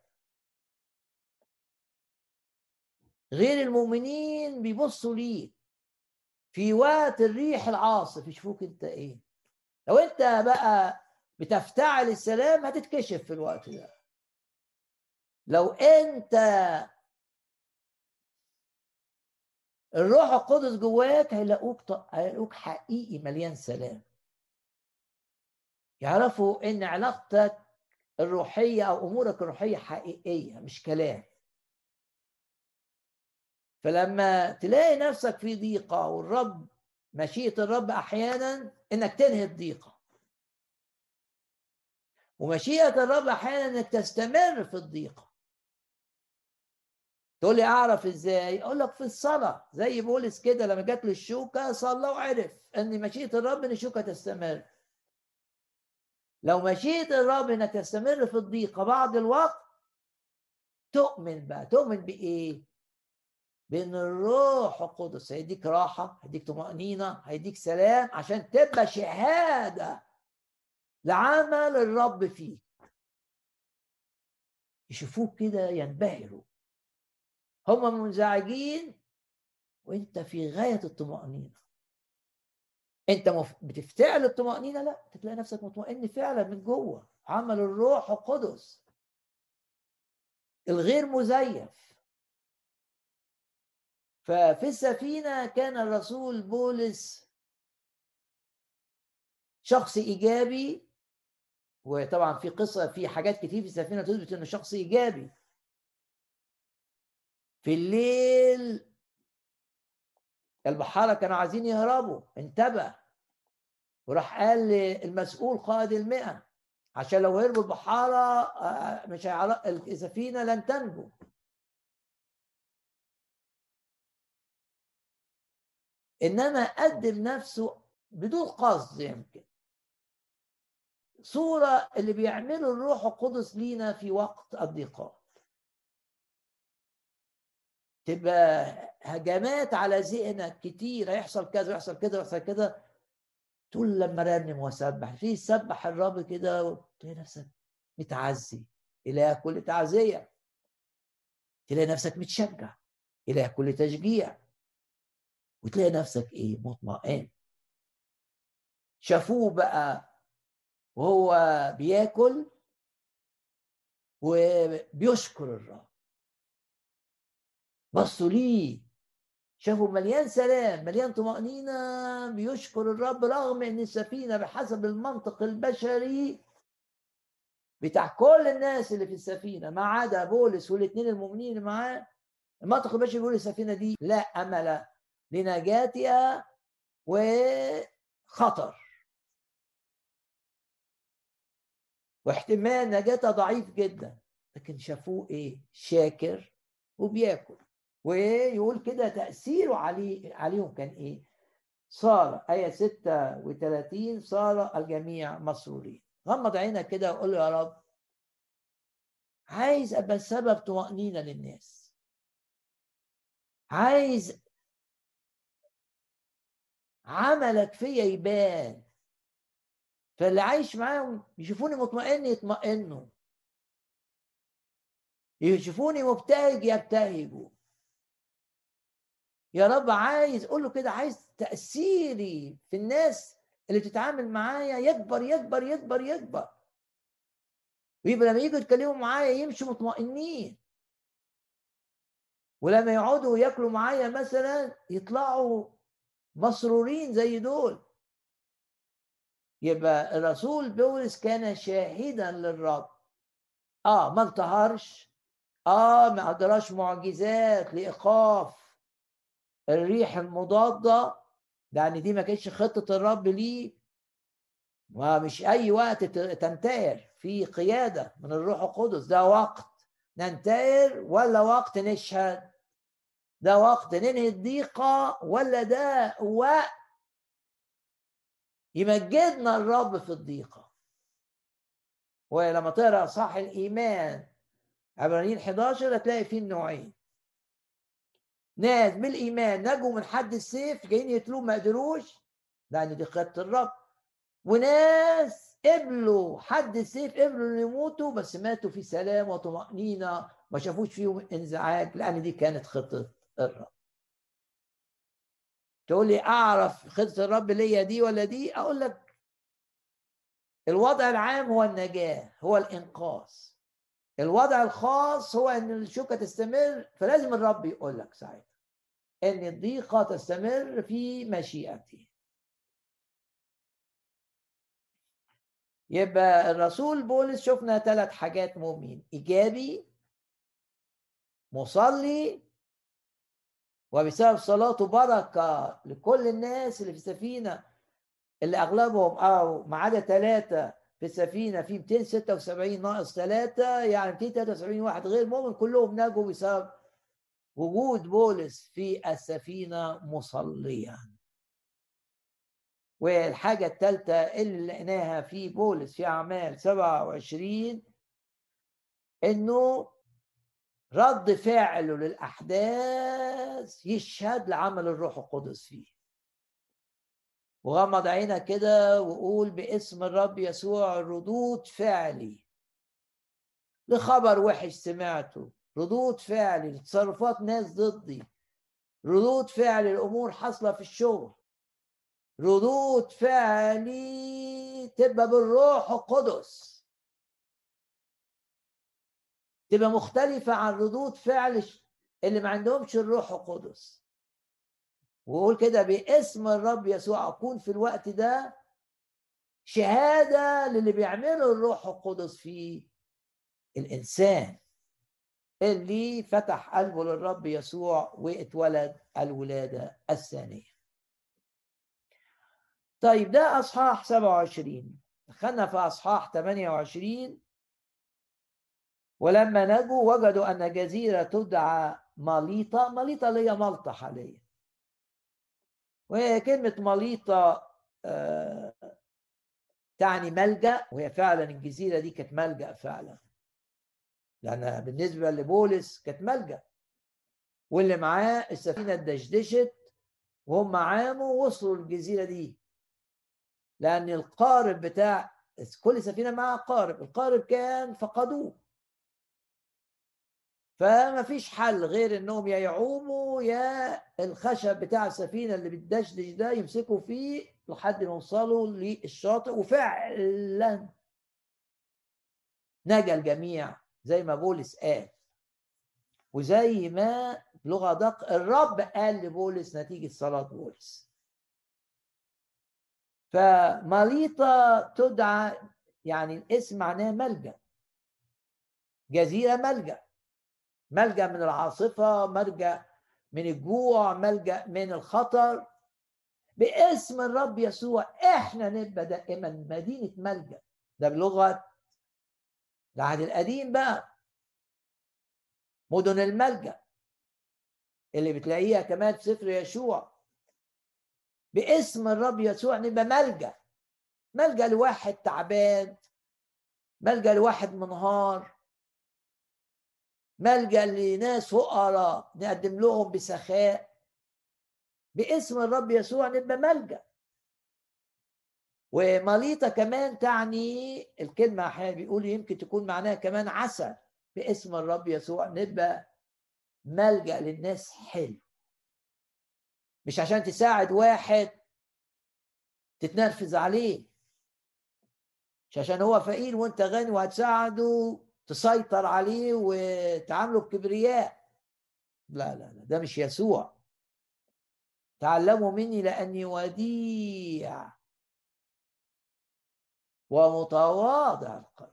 غير المؤمنين بيبصوا ليه في وقت الريح العاصف، يشوفوك انت ايه. لو انت بقى بتفتعل السلام هتتكشف في الوقت ده. لو انت الروح القدس جواك هيلاقوك حقيقي مليان سلام. يعرفوا ان علاقتك الروحية او امورك الروحية حقيقية مش كلام. فلما تلاقي نفسك في ضيقة، والرب مشيئة الرب احيانا انك تنهي الضيقة، ومشيئة الرب احيانا انك تستمر في الضيقة. تقول لي اعرف ازاي؟ اقول لك في الصلاة، زي بولس كده لما جات له الشوكة صلى وعرف ان مشيئة الرب ان الشوكة تستمر. لو مشيئة الرب انك تستمر في الضيقة بعد الوقت، تؤمن بايه؟ بان الروح القدس هيديك راحة، هيديك طمأنينة، هيديك سلام، عشان تبقى شهادة لعمل الرب فيك. يشوفوك كده ينبهروا، هم منزعجين وانت في غايه الطمانينه. انت بتفتعل الطمانينه؟ لا، تلاقي نفسك مطمئن فعلا من جوه. عمل الروح القدس الغير مزيف. ففي السفينه كان الرسول بولس شخص ايجابي، وطبعا في قصه، في حاجات كتير في السفينه تثبت انه شخص ايجابي. في الليل البحاره كانوا عايزين يهربوا، انتبه وراح قال للمسؤول قائد المئة عشان لو هربوا البحاره مش السفينه لن تنجو. انما قدم نفسه بدون قصد، يمكن صورة اللي بيعمله الروح القدس لينا في وقت الضيقات. تبقى هجمات على ذهنك كتير، هيحصل كذا ويحصل كذا ويحصل كذا، تقول لما رنم وسبح في سبح الرب كده، وتلاقي نفسك متعزي إله كل تعزية، تلاقي نفسك متشجع إله كل تشجيع، وتلاقي نفسك إيه؟ مطمئن. شافوه بقى وهو بياكل وبيشكر الرب، بصوا ليه شافوا مليان سلام مليان طمأنينة بيشكر الرب، رغم ان السفينة بحسب المنطق البشري بتاع كل الناس اللي في السفينة ما عدا بولس والاثنين المؤمنين اللي معاه، المنطق البشري بيقول السفينة دي لا أمل لنجاتها وخطر، واحتمال نجاتها ضعيف جدا. لكن شافوه ايه؟ شاكر وبياكل. ويقول كده تأثيره عليهم كان ايه؟ صار آية 36 صار الجميع مسرورين. غمض عينك كده وقول له يا رب عايز ابقى سبب طمأنينة للناس، عايز عملك فيا يبان، فاللي عايش معاهم يشوفوني مطمئن يطمئنوا، يشوفوني مبتهج يبتهجوا. يا رب عايز قول له كده، عايز تأثيري في الناس اللي بتتعامل معايا يكبر يكبر يكبر يكبر، ويبقى لما يجوا يتكلموا معايا يمشوا مطمئنين، ولما يقعدوا ياكلوا معايا مثلا يطلعوا مسرورين زي دول. يبقى الرسول بولس كان شاهدا للرب. ما انتهرش، ما قدرش معجزات لايقاف الريح المضاده، لان دي ما كانتش خطه الرب ليه، ومش اي وقت تنتهر في قياده من الروح القدس. ده وقت ننتهر ولا وقت نشهد؟ ده وقت ننهي الضيقه ولا ده وقت يمجدنا الرب في الضيقه؟ ولما تقرا صح الايمان عبرانيين 11 هتلاقي فيه النوعين: ناس بالايمان نجوا من حد السيف جايين يقتلوه ما قدروش لان دي خطه الرب، وناس قبلوا حد السيف، قبلوا ان يموتوا بس ماتوا في سلام وطمأنينة، ما شافوش فيهم انزعاج لان دي كانت خطه الرب. تقول لي اعرف خطه الرب ليا دي ولا دي؟ اقول لك الوضع العام هو النجاه، هو الانقاذ. الوضع الخاص هو ان الشوكه تستمر، فلازم الرب يقول لك ساعتها ان الضيقه تستمر في مشيئته. يبقى الرسول بولس شفنا 3 حاجات مهمين: ايجابي، مصلي، وبسبب صلاته بركه لكل الناس اللي في السفينه، اللي اغلبهم او ما عدا 3 في السفينه، في 276 ناقص 3 يعني 273 واحد غير مؤمن، كلهم نجوا بسبب وجود بولس في السفينة مصليا. والحاجة الثالثة اللي لقيناها في بولس في أعمال 27 إنه رد فعله للأحداث يشهد لعمل الروح القدس فيه. وغمض عينك كده وقول باسم الرب يسوع ردود فعلي لخبر وحش سمعته، ردود فعلي لتصرفات ناس ضدي، ردود فعل الامور حاصله في الشغل، ردود فعلي تبقى بالروح القدس، تبقى مختلفه عن ردود فعل اللي ما عندهمش الروح القدس. وقول كده باسم الرب يسوع اكون في الوقت ده شهاده للي بيعمله الروح القدس في الانسان اللي فتح قلبه للرب يسوع واتولد الولاده الثانيه. طيب ده اصحاح 27. دخلنا في اصحاح 28. ولما نجوا وجدوا ان جزيره تدعى ماليطه، ماليطه اللي هي مالطا حاليا. وكلمه ماليطه تعني ملجأ، وهي فعلا الجزيرة دي كانت ملجأ فعلا، لأنها بالنسبة لبولس كانت ملجأ. واللي معاه السفينة اتدشدشت وهم عاموا وصلوا الجزيرة دي، لأن القارب بتاع كل سفينة معها قارب، القارب كان فقدوه، فما فيش حل غير انهم يا يعوموا يا الخشب بتاع السفينة اللي بتدشدش ده يمسكوا فيه لحد ما يوصلوا للشاطئ. وفعلا نجا الجميع زي ما بولس قال، وزي ما لغة دق الرب قال لبولس نتيجة صلاة بولس. فماليطا تدعى، يعني الاسم معناه ملجأ، جزيرة ملجأ، ملجأ من العاصفة، ملجأ من الجوع، ملجأ من الخطر. باسم الرب يسوع احنا نبقى دائما مدينة ملجأ. ده بلغة العهد القديم بقى، مدن الملجأ اللي بتلاقيها كمان في سفر يشوع. باسم الرب يسوع نبقى ملجأ، ملجأ لواحد تعبان، ملجأ لواحد منهار، ملجأ لناس فقراء نقدم لهم بسخاء. باسم الرب يسوع نبقى ملجأ. ومليطة كمان تعني الكلمة أحيانا بيقول يمكن تكون معناها كمان عسل. باسم الرب يسوع نبقى ملجأ للناس حلو، مش عشان تساعد واحد تتنرفز عليه، مش عشان هو فقير وانت غني وهتساعده تسيطر عليه وتعامله بكبرياء. لا لا لا، ده مش يسوع. تعلموا مني لأني وديع ومتواضع القلب.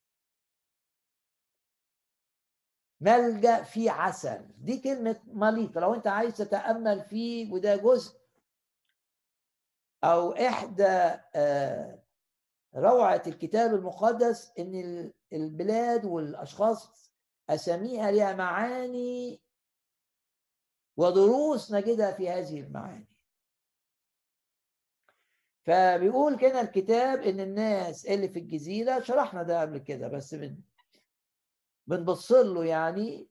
ملجأ في عسل، دي كلمة مليطة. لو انت عايز تتأمل فيه، وده جزء أو إحدى روعة الكتاب المقدس، إن البلاد والأشخاص أساميها لها معاني ودروس نجدها في هذه المعاني. فبيقول كده الكتاب إن الناس اللي في الجزيرة، شرحنا ده قبل كده بس بنبص له يعني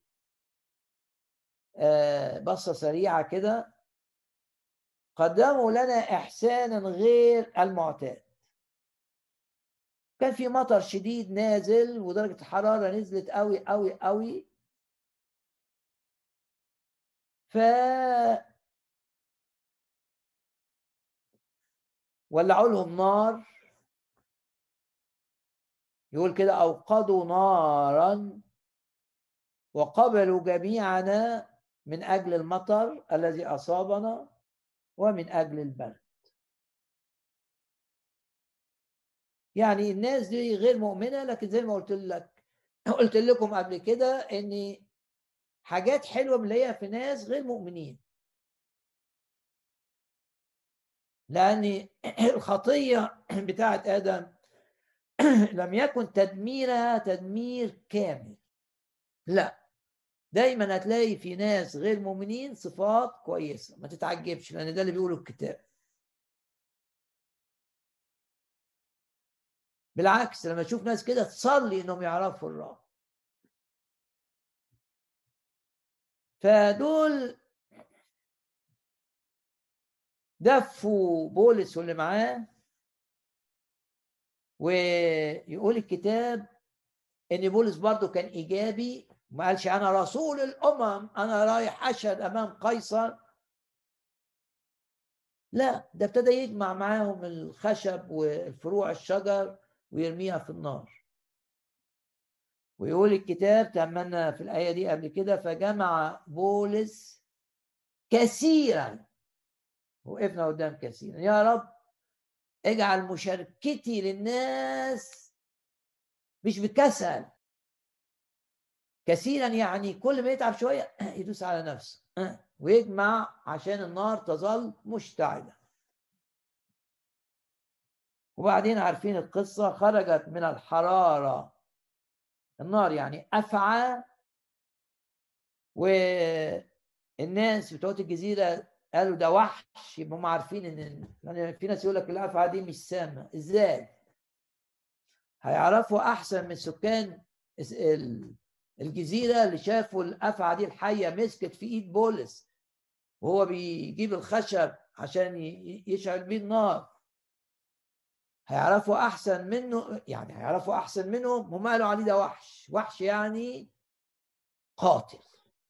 بصة سريعة كده. قدموا لنا إحسانا غير المعتاد. كان في مطر شديد نازل ودرجة الحرارة نزلت قوي قوي قوي، ولعوا لهم نار. يقول كده أوقدوا نارا وقبلوا جميعنا من أجل المطر الذي أصابنا ومن أجل البرد. يعني الناس دي غير مؤمنة، لكن زي ما قلت لكم قبل كده ان حاجات حلوة بنلاقيها في ناس غير مؤمنين، لأن الخطية بتاعت آدم لم يكن تدميرها تدمير كامل. لا، دايما هتلاقي في ناس غير مؤمنين صفات كويسة، ما تتعجبش لأن ده اللي بيقوله الكتاب. بالعكس، لما تشوف ناس كده تصلي انهم يعرفوا الرب. فدول دفوا بولس واللي معاه. ويقول الكتاب ان بولس برضو كان ايجابي، ما قالش انا رسول الامم انا رايح اشهد امام قيصر، لا، ده ابتدى يجمع معاهم الخشب والفروع الشجر ويرميها في النار. ويقول الكتاب، تأملنا في الآية دي قبل كده، فجمع بولس كثيرا. وقفنا قدام كثيرا، يا رب اجعل مشاركتي للناس مش بكسل، كثيرا يعني كل ما يتعب شوية يدوس على نفسه ويجمع عشان النار تظل مشتعلة. وبعدين عارفين القصة، خرجت من الحرارة النار يعني أفعى، والناس بتوع الجزيرة قالوا ده وحش، يبقى هم عارفين ان يعني في ناس يقول لك الأفعى دي مش سامة، ازاي هيعرفوا احسن من سكان الجزيرة اللي شافوا الأفعى دي الحية مسكت في ايد بولس وهو بيجيب الخشب عشان يشعل بيه النار؟ هيعرفوا احسن منه، يعني هيعرفوا احسن منهم. هم قالوا عليه ده وحش، وحش يعني قاتل.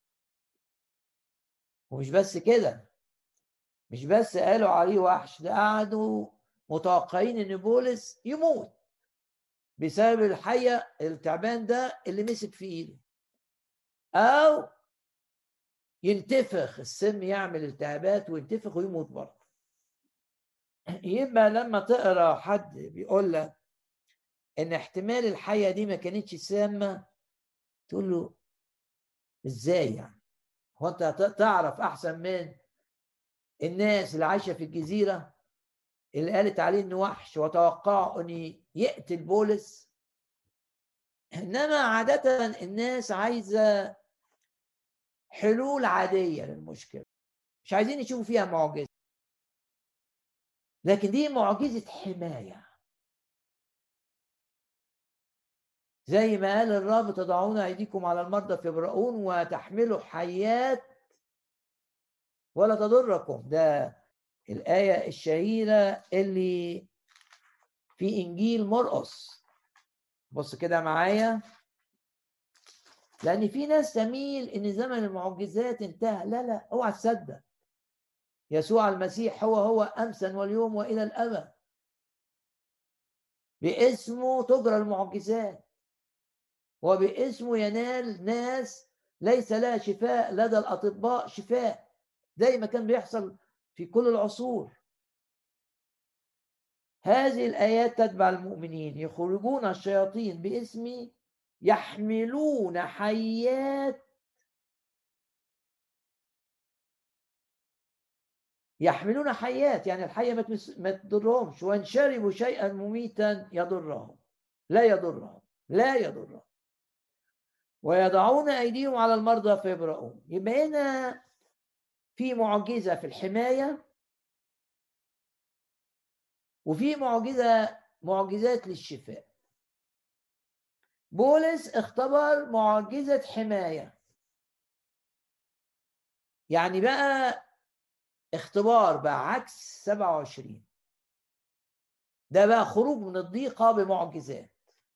ومش بس كده، مش بس قالوا عليه وحش، ده قعدوا متوقعين ان بولس يموت بسبب الحية التعبان ده اللي مسك في ايده، او ينتفخ السم يعمل التهابات وينتفخ ويموت برضه. يبقى لما تقرا حد بيقول لك ان احتمال الحية دي ما كانتش سامة، تقول له ازاي يعني؟ هو انت تعرف احسن من الناس اللي عايشة في الجزيرة اللي قالت عليه انه وحش وتوقعوا ان يقتل بولس؟ انما عادة الناس عايزة حلول عادية للمشكلة، مش عايزين يشوفوا فيها معجزة، لكن دي معجزة حماية. زي ما قال الرب، تضعون ايديكم على المرضى فيبرؤون وتحملوا حيات ولا تضركم. ده الآية الشهيرة اللي في إنجيل مرقس. بص كده معايا، لأن في ناس تميل إن زمن المعجزات انتهى. لا لا، اوعى تصدق، يسوع المسيح هو أمسا واليوم وإلى الأبد. باسمه تجرى المعجزات، وباسمه ينال ناس ليس لها شفاء لدى الأطباء شفاء، زي ما كان بيحصل في كل العصور. هذه الآيات تتبع المؤمنين، يخرجون الشياطين باسمي، يحملون حيات. يحملون حيات يعني الحية ما تضرهمش، وإن شربوا شيئا مميتا يضرهم، لا يضرهم، لا يضرهم، ويضعون أيديهم على المرضى فيبرؤون. يبقى هنا في معجزة في الحماية، وفي معجزات للشفاء. بولس اختبر معجزة حماية، يعني بقى اختبار بقى عكس 27، ده بقى خروج من الضيقة بمعجزات.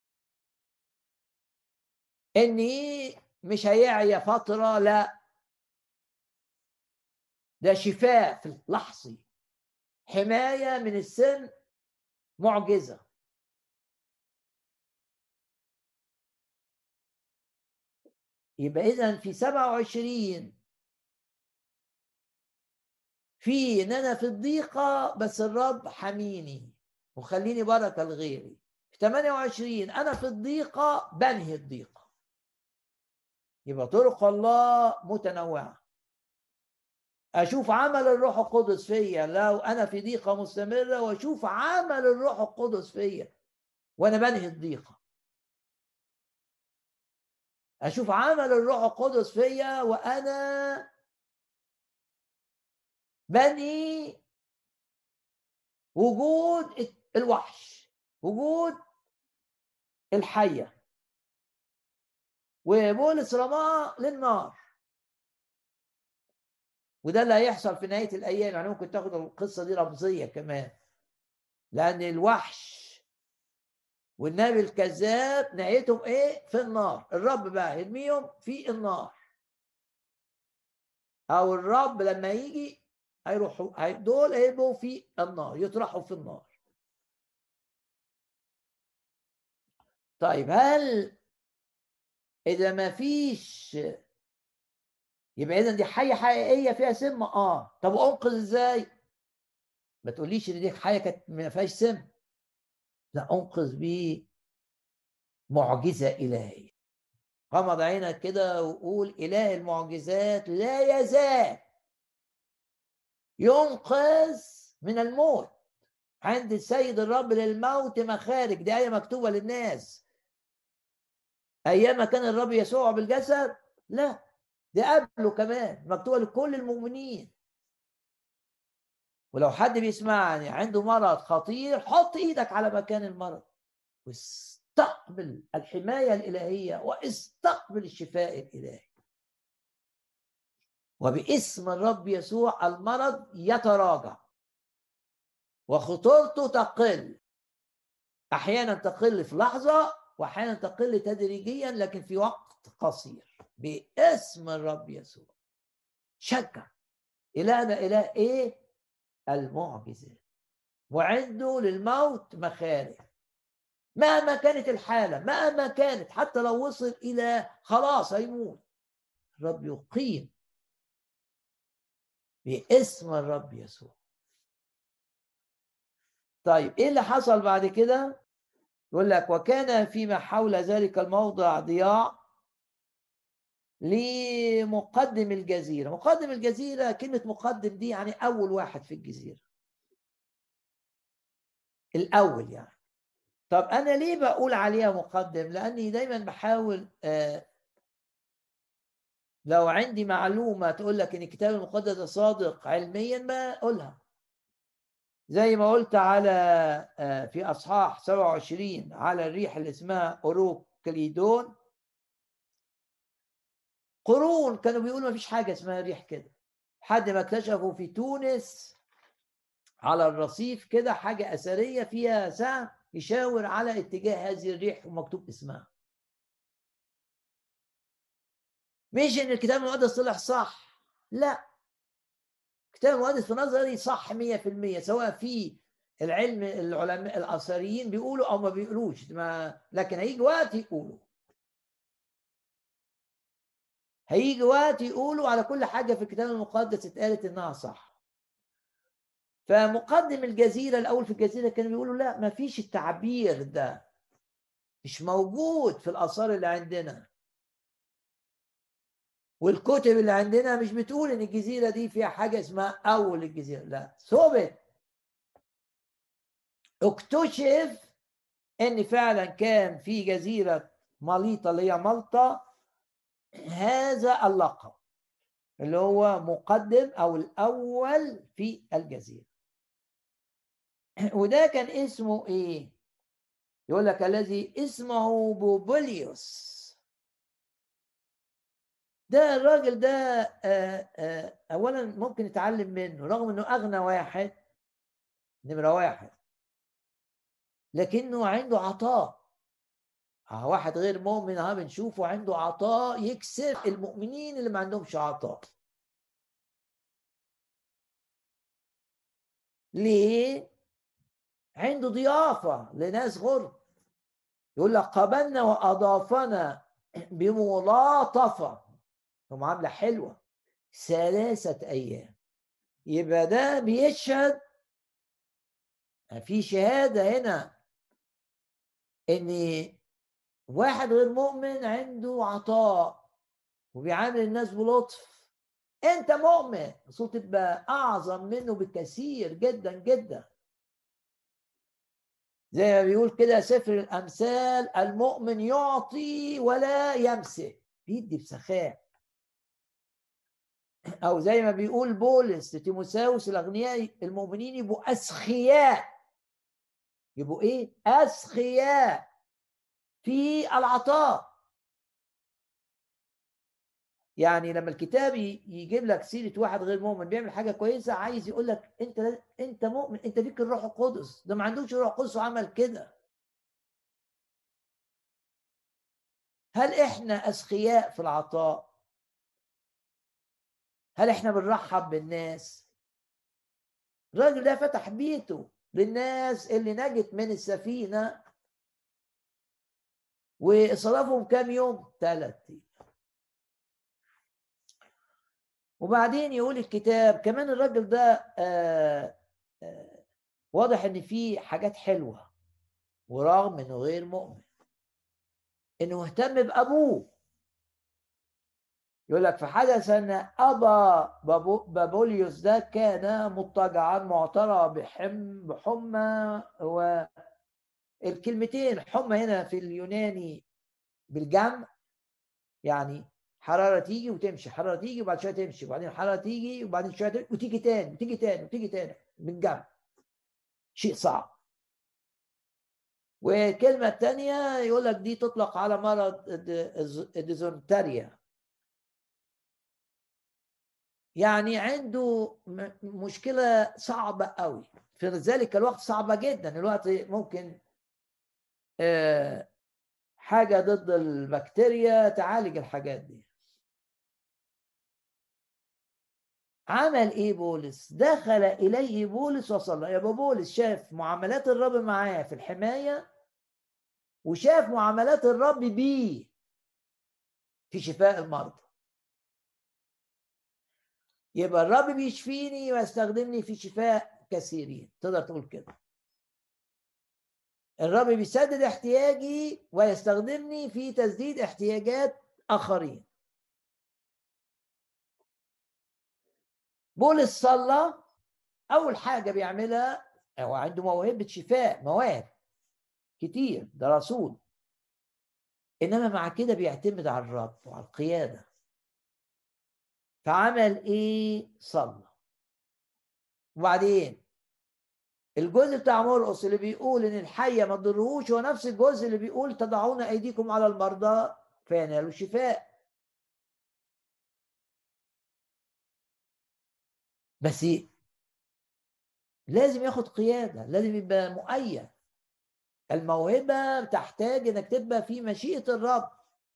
اني مش هيعيا فترة، لا، ده شفاء في اللحظي، حماية من السم، معجزة. يبقى إذن في 27 في إن أنا في الضيقة بس الرب حميني وخليني بركة لغيري. في 28 أنا في الضيقة بنهي الضيقة. يبقى طرق الله متنوعة. أشوف عمل الروح القدس فيا لو أنا في ضيقة مستمرة، وأشوف عمل الروح القدس فيا وأنا بنهي الضيقة. أشوف عمل الروح القدس فيا وأنا بنهي وجود الوحش، وجود الحية. وبولس رماه للنار، وده اللي هيحصل في نهاية الأيام. يعني ممكن تاخد القصة دي رمزية كمان، لأن الوحش والنبي الكذاب نهايتهم ايه؟ في النار. الرب بقى يرميهم في النار، او الرب لما يجي هيروحوا دول هيبقوا في النار، يطرحوا في النار. طيب هل اذا ما فيش، يبقى اذا دي حيه حقيقيه فيها سم؟ طب انقذ ازاي؟ ما تقوليش ان دي حيه كانت ما فيهاش سم، لا، انقذ بمعجزه الهيه. غمض عينك كده وقول: اله المعجزات لا يزال ينقذ من الموت. عند السيد الرب للموت مخارج، دي آية مكتوبة للناس أيام ما كان الرب يسوع بالجسد، لا، دي قبله كمان مكتوبة لكل المؤمنين. ولو حد بيسمعني عنده مرض خطير، حط ايدك على مكان المرض واستقبل الحماية الإلهية واستقبل الشفاء الإلهي، وباسم الرب يسوع المرض يتراجع وخطورته تقل. احيانا تقل في لحظه، واحيانا تقل تدريجيا، لكن في وقت قصير باسم الرب يسوع. شجع، الهنا اله ايه؟ المعجزات، وعنده للموت مخارج مهما كانت الحاله، مهما كانت، حتى لو وصل الى خلاص هيموت، الرب يقيم باسم الرب يسوع. طيب ايه اللي حصل بعد كده؟ يقول لك: وكان فيما حول ذلك الموضع ضياع لمقدم الجزيرة. مقدم الجزيرة، كلمة مقدم دي يعني أول واحد في الجزيرة، الأول يعني. طب أنا ليه بقول عليها مقدم؟ لأني دايما بحاول لو عندي معلومة تقول لك إن الكتاب المقدس صادق علميا ما أقولها. زي ما قلت على في أصحاح 27 على الريح اللي اسمها أوروكليدون، قرون كانوا بيقولوا ما فيش حاجة اسمها ريح كده، حد ما اكتشفوا في تونس على الرصيف كده حاجة أثرية فيها سهم يشاور على اتجاه هذه الريح ومكتوب اسمها. مش إن الكتاب المقدس طلع صح، لا، الكتاب المقدس في نظري صح 100%، سواء في العلم العلماء الأثريين بيقولوا أو ما بيقولوش، لكن هيجي وقت يقولوا، هيجي وقت يقولوا على كل حاجة في الكتاب المقدس اتقالت إنها صح. فمقدم الجزيرة الأول في الجزيرة كانوا بيقولوا لا، ما فيش التعبير ده، مش موجود في الآثار اللي عندنا، والكتب اللي عندنا مش بتقول ان الجزيرة دي فيها حاجة اسمها اول الجزيرة، لا، ثبت اكتشف ان فعلا كان في جزيرة ماليطا اللي هي مالطا هذا اللقب اللي هو مقدم او الاول في الجزيرة. وده كان اسمه ايه؟ يقول لك الذي اسمه بوبوليوس. ده الراجل ده اولا ممكن نتعلم منه، رغم انه اغنى واحد، نمرة واحد، لكنه عنده عطاء. واحد غير مؤمن بنشوفه عنده عطاء يكسب المؤمنين اللي ما عندهمش عطاء. ليه؟ عنده ضيافة لناس غرب، يقول لك قابلنا وأضافنا بملاطفة ومعاملة حلوة 3 أيام. يبقى ده بيشهد، في شهادة هنا ان واحد غير مؤمن عنده عطاء وبيعامل الناس بلطف. انت مؤمن، المفروض تبقى اعظم منه بكثير جدا جدا. زي ما بيقول كده سفر الامثال: المؤمن يعطي ولا يمسك، بيدي بسخاء. او زي ما بيقول بولس لتيموثاوس: الاغنياء المؤمنين يبقوا اسخياء. يبقوا ايه؟ اسخياء في العطاء. يعني لما الكتاب يجيب لك سيره واحد غير مؤمن بيعمل حاجه كويسه، عايز يقول لك انت مؤمن، انت فيك الروح القدس، ده ما عندوش الروح القدس وعمل كده. هل احنا اذكياء في العطاء؟ هل احنا بنرحب بالناس؟ الراجل ده فتح بيته للناس اللي نجت من السفينة، وصرفهم كام يوم؟ 3 أيام. وبعدين يقول الكتاب كمان الراجل ده واضح ان فيه حاجات حلوة، ورغم انه غير مؤمن انه اهتم بابوه. يقول لك فحدث ان ابا بابوليوس ده كان مضطجعا معترى بحمى. والكلمتين حمى هنا في اليوناني بالجمع، يعني حراره تيجي وتمشي، حراره تيجي وبعد شويه تمشي، وبعدين حراره تيجي وبعدين شويه تمشي وتيجي تاني وتيجي تاني وتيجي تاني بالجمع. شيء صعب. والكلمه الثانيه يقول لك دي تطلق على مرض الديزونتاريا، يعني عنده مشكله صعبه قوي في ذلك الوقت، صعبه جدا. الوقت ممكن حاجه ضد البكتيريا تعالج الحاجات دي. عمل ايه بولس؟ دخل اليه بولس وصلى. يبقى بولس شاف معاملات الرب معاه في الحمايه، وشاف معاملات الرب بيه في شفاء المرضى. يبقى الرب بيشفيني ويستخدمني في شفاء كثيرين، تقدر تقول كده. الرب بيسدد احتياجي ويستخدمني في تسديد احتياجات اخرين. بولس صلى، اول حاجه بيعملها هو عنده موهبه شفاء، مواهب كتير، ده رسول، انما مع كده بيعتمد على الرب وعلى القياده. فعمل ايه؟ صلى. وبعدين الجزء بتاع مرقس اللي بيقول ان الحيه ما تضرهوش هو نفس الجزء اللي بيقول تضعون ايديكم على المرضى فينالوا شفاء. بس لازم ياخد قياده، لازم يبقى مؤيد. الموهبه تحتاج انك تبقى في مشيئه الرب،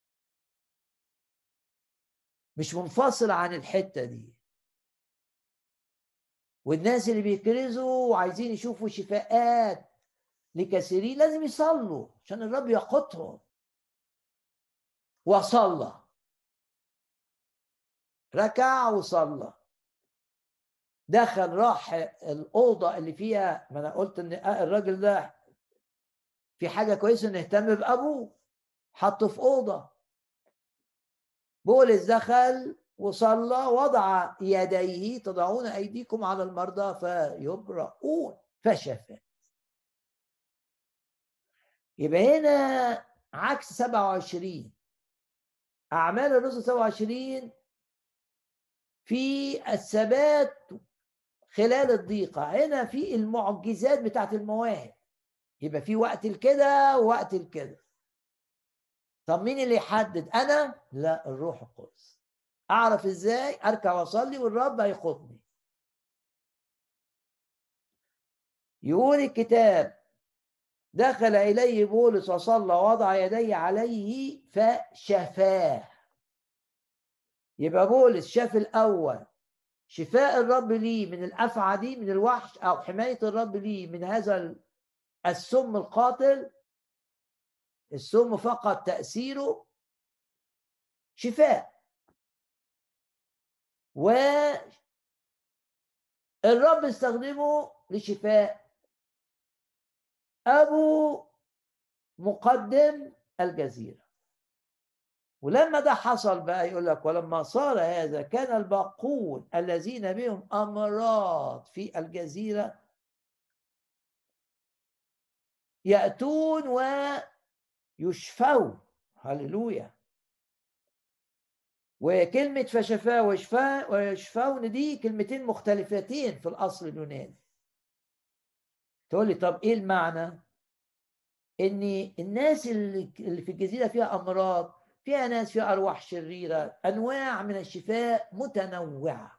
مش منفصل عن الحته دي. والناس اللي بيكرزوا وعايزين يشوفوا شفاءات لكثيرين لازم يصلوا عشان الرب يقودهم. وصلى، ركع وصلى، دخل راح الأوضة اللي فيها، ما أنا قلت إن الراجل ده في حاجة كويسة إنه يهتم بأبوه، حطه في أوضة. بولس دخل وصلى، وضع يديه، تضعون أيديكم على المرضى فيبرؤون، فشفى. يبقى هنا عكس 27 أعمال الرسل 27 في الثبات خلال الضيقة، هنا في المعجزات بتاعت المواهب. يبقى في وقت الكده ووقت الكده. طب مين اللي يحدد؟ انا؟ لا، الروح القدس. اعرف ازاي؟ اركع واصلي والرب هيخدني. يقول الكتاب دخل اليه بولس وصلى ووضع يديه عليه فشفاه. يبقى بولس شاف الاول شفاء الرب ليه من الافعى دي، من الوحش، او حمايه الرب ليه من هذا السم القاتل. السم فقط تاثيره شفاء، والرب استخدمه لشفاء ابو مقدم الجزيرة. ولما ده حصل بقى يقول لك ولما صار هذا كان الباقون الذين بهم أمراض في الجزيرة يأتون ويشفون. هللويا. وكلمة فشفاء ويشفون دي كلمتين مختلفتين في الأصل اليوناني. تقول لي طب إيه المعنى؟ إن الناس اللي في الجزيرة فيها أمراض، فيها ناس فيها أرواح شريرة، أنواع من الشفاء متنوعة.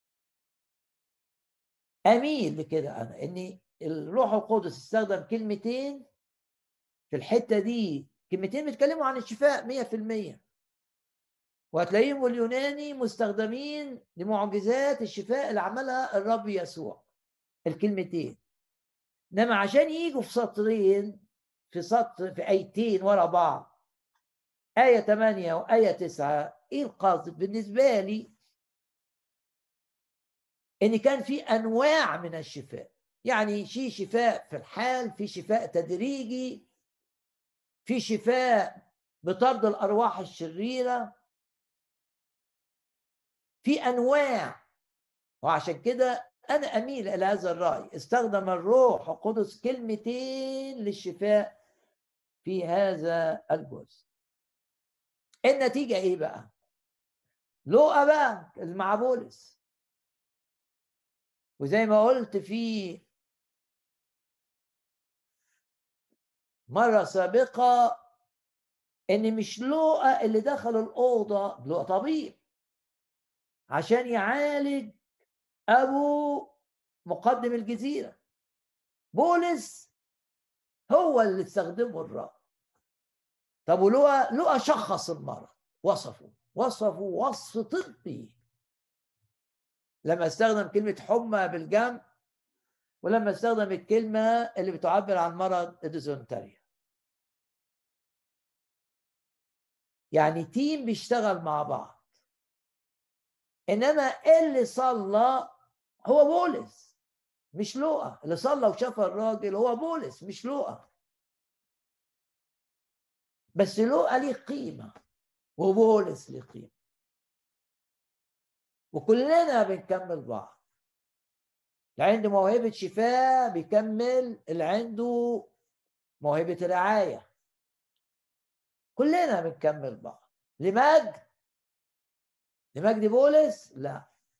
اميل لكده انا ان الروح القدس استخدم كلمتين في الحته دي كلمتين بيتكلموا عن الشفاء 100%، وهتلاقيهم اليوناني مستخدمين لمعجزات الشفاء اللي عملها الرب يسوع الكلمتين. انما عشان يجوا في سطرين، في سطر، في ايتين ورا بعض، آية 8 وآية 9، ايه القصد بالنسبة لي؟ ان كان في انواع من الشفاء، يعني في شفاء في الحال، في شفاء تدريجي، في شفاء بطرد الارواح الشريرة، في انواع. وعشان كده انا اميل الى هذا الراي، استخدم الروح القدس كلمتين للشفاء في هذا الجزء. النتيجة ايه بقى؟ لوقا بقى مع بولس، وزي ما قلت في مرة سابقة ان مش لوقا اللي دخل الأوضة، لوقا طبيب عشان يعالج ابو مقدم الجزيرة. بولس هو اللي استخدمه الرب. طب ولوقا شخص المرض، وصفه وصف طبي، لما استخدم كلمة حمى بالجنب، ولما استخدم الكلمة اللي بتعبر عن مرض الديزنتريا. يعني تيم بيشتغل مع بعض. انما اللي صلى هو بولس مش لوقا، اللي صلى وشاف الراجل هو بولس مش لوقا. بس لوقا ليه قيمة وبولس ليه قيمة، وكلنا بنكمل بعض. اللي عنده موهبة شفاء بيكمل اللي عنده موهبة رعاية، كلنا بنكمل بعض. لمجد بولس؟ لا.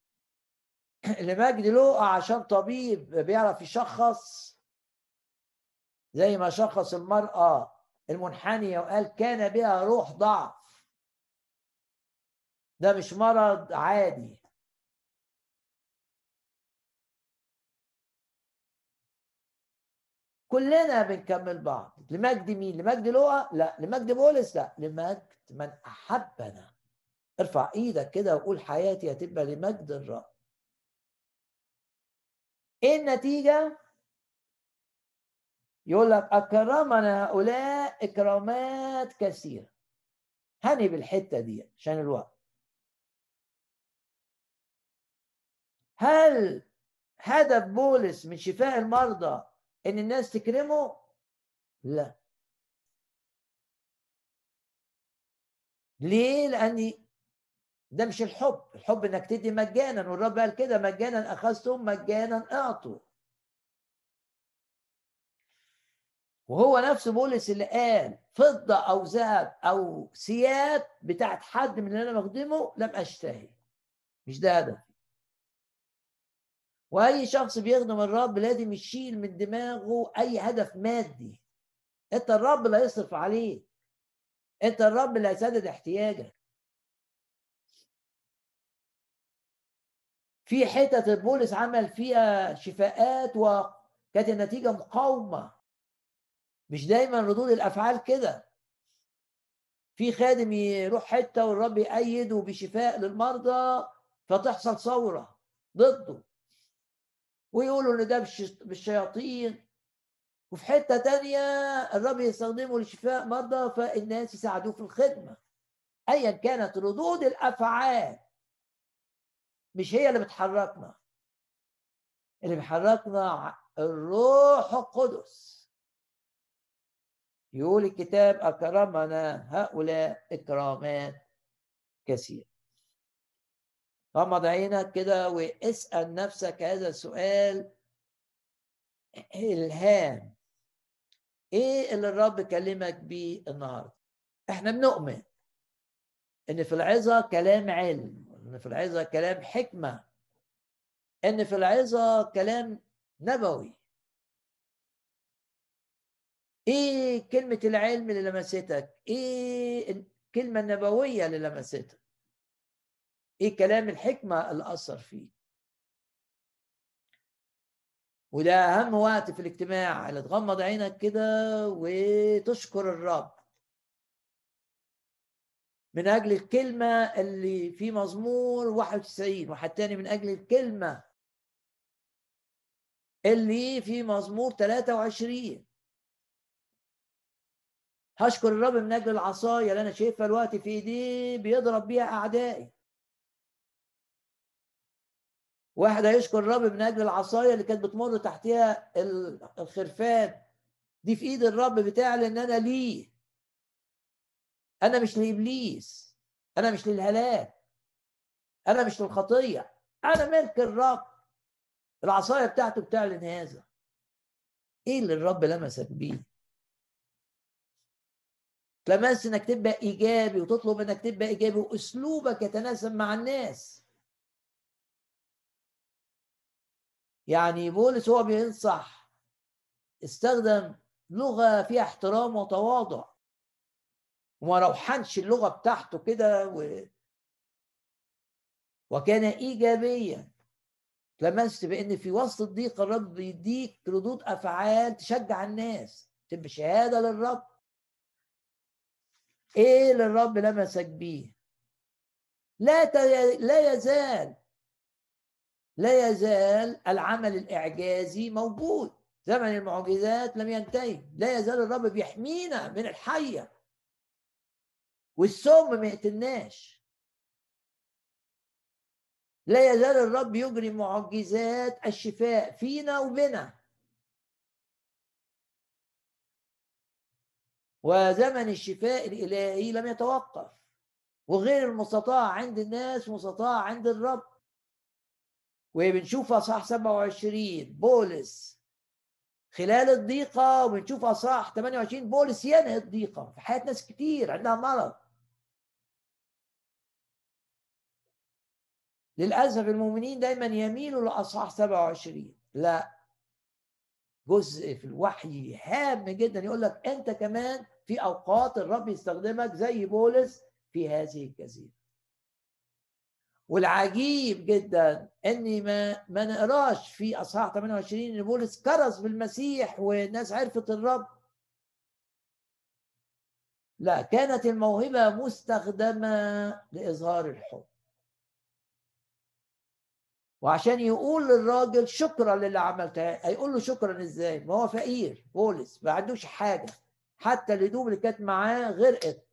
لمجد لوقا عشان طبيب بيعرف يشخص، زي ما شخص المرأة المنحنية وقال كان بها روح ضعف، ده مش مرض عادي. كلنا بنكمل بعض. لمجد مين؟ لمجد لوقا؟ لا. لمجد بولس؟ لا. لمجد من أحبنا. ارفع ايدك كده وقول حياتي هتبقى لمجد الرب. ايه النتيجة؟ يقول لك أكرمنا هؤلاء إكرامات كثيرة. هني بالحتة دي عشان الوقت. هل هدف بولس من شفاء المرضى ان الناس تكرمه؟ لا. ليه؟ لان ده مش الحب انك تدي مجانا، والرب قال كده مجانا اخذتم مجانا اعطوا. وهو نفس بولس اللي قال فضة او ذهب او ثياب بتاعت حد من اللي انا بخدمه لم اشتهي. مش ده هدف. واي شخص بيخدم الرب لازم يشيل من دماغه اي هدف مادي. انت الرب اللي هيصرف عليك، انت الرب اللي هيسدد احتياجك. في حتت بولس عمل فيها شفاءات وكانت النتيجة مقاومة. مش دايما ردود الأفعال كده. في خادم يروح حتة والرب يأيده بشفاء للمرضى فتحصل ثورة ضده ويقولوا ان ده بالشياطين. وفي حتة تانية الرب يستخدمه لشفاء مرضى فالناس يساعدوه في الخدمة. ايا كانت ردود الأفعال مش هي اللي بتحركنا. اللي بيحركنا الروح القدس. يقول الكتاب أكرمنا هؤلاء إكرامات كثيرة. غمض عينك كده واسأل نفسك هذا السؤال إلهام. إيه اللي الرب كلمك بيه النهاردة؟ إحنا بنؤمن إن في العظة كلام علم، إن في العظة كلام حكمة، إن في العظة كلام نبوي. إيه كلمة العلم اللي لمستك؟ إيه الكلمة النبوية اللي لمستك؟ إيه كلام الحكمة اللي أثر فيك؟ وده أهم وقت في الاجتماع، اللي تغمض عينك كده وتشكر الرب من أجل الكلمة اللي في مزمور 91، واحد تاني من أجل الكلمة اللي في مزمور 23. هشكر الرب من أجل العصاية اللي أنا شايفها الوقت في إيديه بيضرب بيها أعدائي. واحد هيشكر الرب من أجل العصاية اللي كانت بتمر تحتها الخرفان دي في إيد الرب بتاعي، لأن أنا ليه، أنا مش لإبليس، أنا مش للهلاك، أنا مش للخطية، أنا ملك الرب. العصاية بتاعته بتعلن هذا. إيه اللي الرب لمسك بيه؟ تلمس إنك تبقى إيجابي، وتطلب إنك تبقى إيجابي، وأسلوبك يتناسب مع الناس. يعني بولس هو بينصح استخدم لغة فيها احترام وتواضع، وما روحنش اللغة بتاعته كده وكان إيجابيا. لمست بأن في وسط الضيق الرب بيديك ردود أفعال تشجع الناس، تبقى شهادة للرب. إيه اللي الرب لمسك بيه؟ لا يزال العمل الإعجازي موجود. زمن المعجزات لم ينتهي. لا يزال الرب بيحمينا من الحية، والسم ما يقتلناش. لا يزال الرب يجري معجزات الشفاء فينا وبنا. وزمن الشفاء الإلهي لم يتوقف، وغير المستطاع عند الناس مستطاع عند الرب. وبنشوف أصحاح 27 بولس خلال الضيقة، وبنشوف أصحاح 28 بولس ينهي الضيقة في حياة ناس كتير عندها مرض. للأسف المؤمنين دايما يميلوا لأصحاح 27. لا، جزء في الوحي هام جدا يقول لك أنت كمان في أوقات الرب يستخدمك زي بولس في هذه الجزيرة. والعجيب جدا اني ما نقراش في اصحاح 28 ان بولس كرز بالمسيح والناس عرفت الرب. لا، كانت الموهبه مستخدمه لاظهار الحب، وعشان يقول للراجل شكرا للي عملته. هيقول له شكرا ازاي؟ ما هو فقير، بولس ما عندوش حاجه، حتى الهدوم اللي كانت معاه غرقت.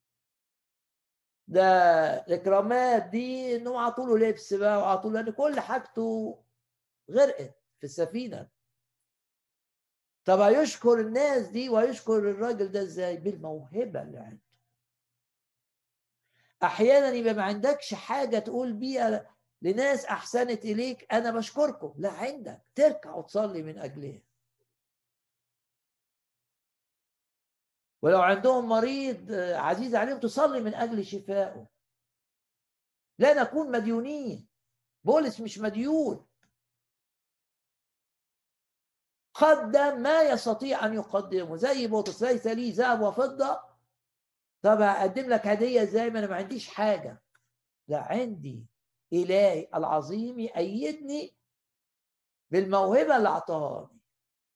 ده الاكرامات دي انهم عطوا له لبس بقى، وعطوا له، لان كل حاجته غرقت في السفينه. طب هيشكر الناس دي ويشكر الراجل ده ازاي؟ بالموهبه اللي عنده. احيانا يبقى ما عندكش حاجه تقول بيها لناس احسنت اليك انا بشكركم، لا، عندك تركع وتصلي من اجلها. ولو عندهم مريض عزيز عليهم تصلي من اجل شفائه. لا نكون مديونين. بولس مش مديون، قدم ما يستطيع ان يقدمه. زي بطرس ليس لي ذهب وفضه، طب اقدم لك هديه ازاي ما انا ما عنديش حاجه؟ لا، عندي إلهي العظيم يأيدني بالموهبة اللي أعطاها لي.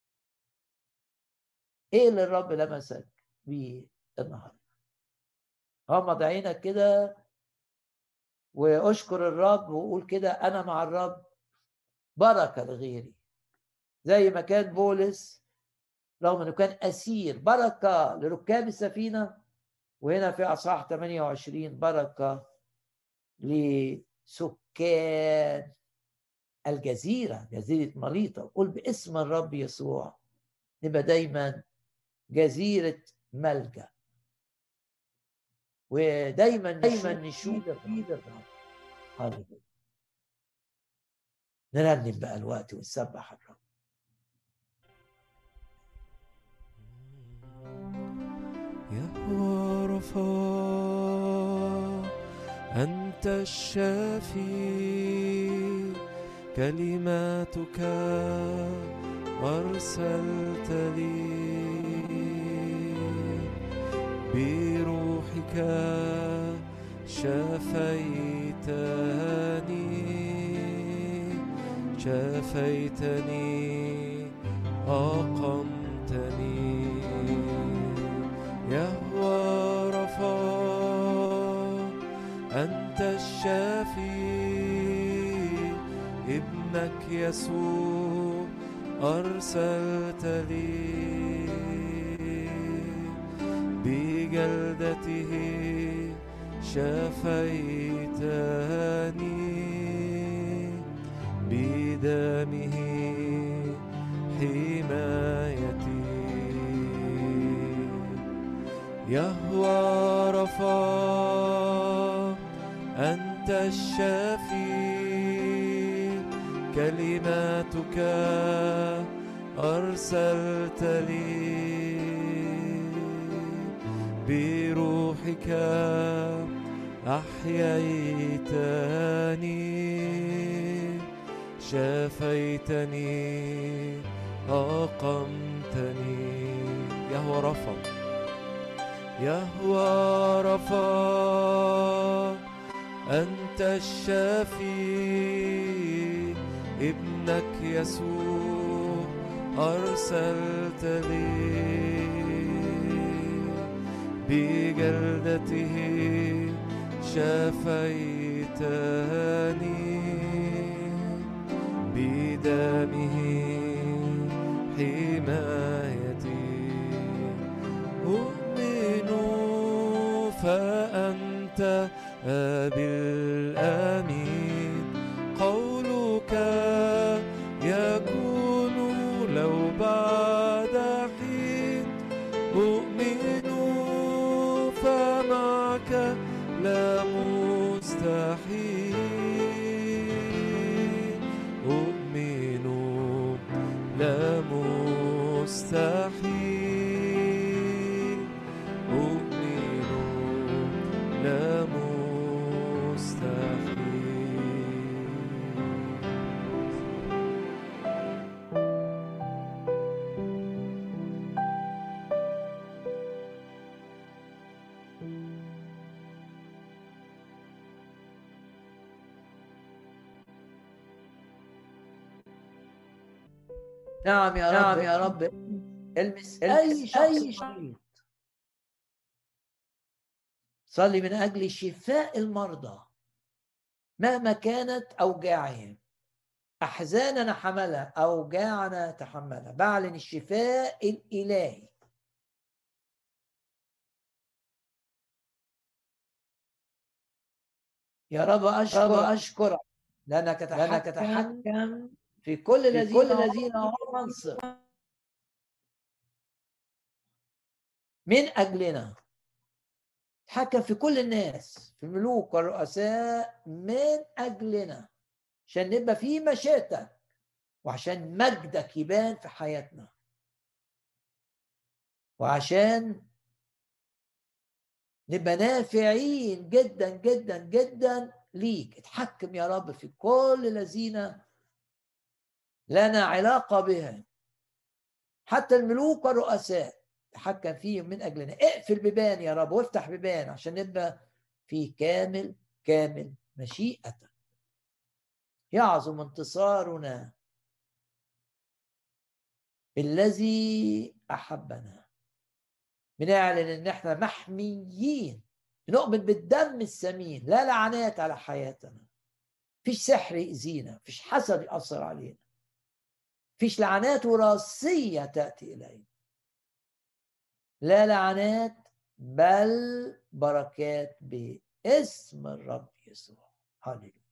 إيه اللي الرب لمسك بيه النهاردة؟ غمض عينك كده واشكر الرب وقول كده أنا مع الرب بركة لغيري. زي ما كان بولس رغم أنه كان أسير بركة لركاب السفينة، وهنا في أصحاح 28 بركة لسكان الجزيرة، جزيرة مليطة. قل باسم الرب يسوع نبقى دايما جزيرة ملجأ، ودايما نشوف ايد الرب. هللويا. نرنم بقى الوقت ونسبح الرب. يا رفا أنت الشافي، كلماتك أرسلت لي، بروحك شفيتني أقمتني. يهوى رفا أنت الشافي ابنك يسوع أرسلت لي بجلدته شفيتني بدمه حمايتي يهوى رفا أنت الشافي كلماتك أرسلت لي بروحك أحييتني شفيتني أقمتني يهوى رفا يهوى رفا أنت الشافي ابنك يسوع أرسلت لي بجلدته شفيتني بدمه حمايتي أؤمن فأنت أبي الأمين قولك يكون لو بعد حين أؤمن فمعك لا مستحيل أؤمن لا مستحيل أؤمن لا مستحيل نعم يا رب المس أي شخص مريض. صلي من أجل شفاء المرضى مهما كانت أوجاعهم. أحزاننا حملها، أوجاعنا تحملها. بعلن الشفاء الإلهي. يا رب أشكرك لأنك تتحكم في كل الذين هم منصر من أجلنا. تحكم في كل الناس، في الملوك والرؤساء من أجلنا، عشان نبقى في مشيئتك وعشان مجدك يبان في حياتنا، وعشان نبقى نافعين جدا جدا جدا ليك. اتحكم يا رب في كل الذين لنا علاقة بهم، حتى الملوك والرؤساء تحكم فيهم من أجلنا. اقفل بيبان يا رب وافتح بيبان عشان نبقى في كامل مشيئتك. يعظم انتصارنا الذي أحبنا. بنعلن ان احنا محميين، بنؤمن بالدم الثمين. لا لعنات على حياتنا، فيش سحر يأذينا، فيش حسد يأثر علينا، فيش لعنات وراثية تأتي إلينا. لا لعنات بل بركات باسم الرب يسوع. هاليلويا.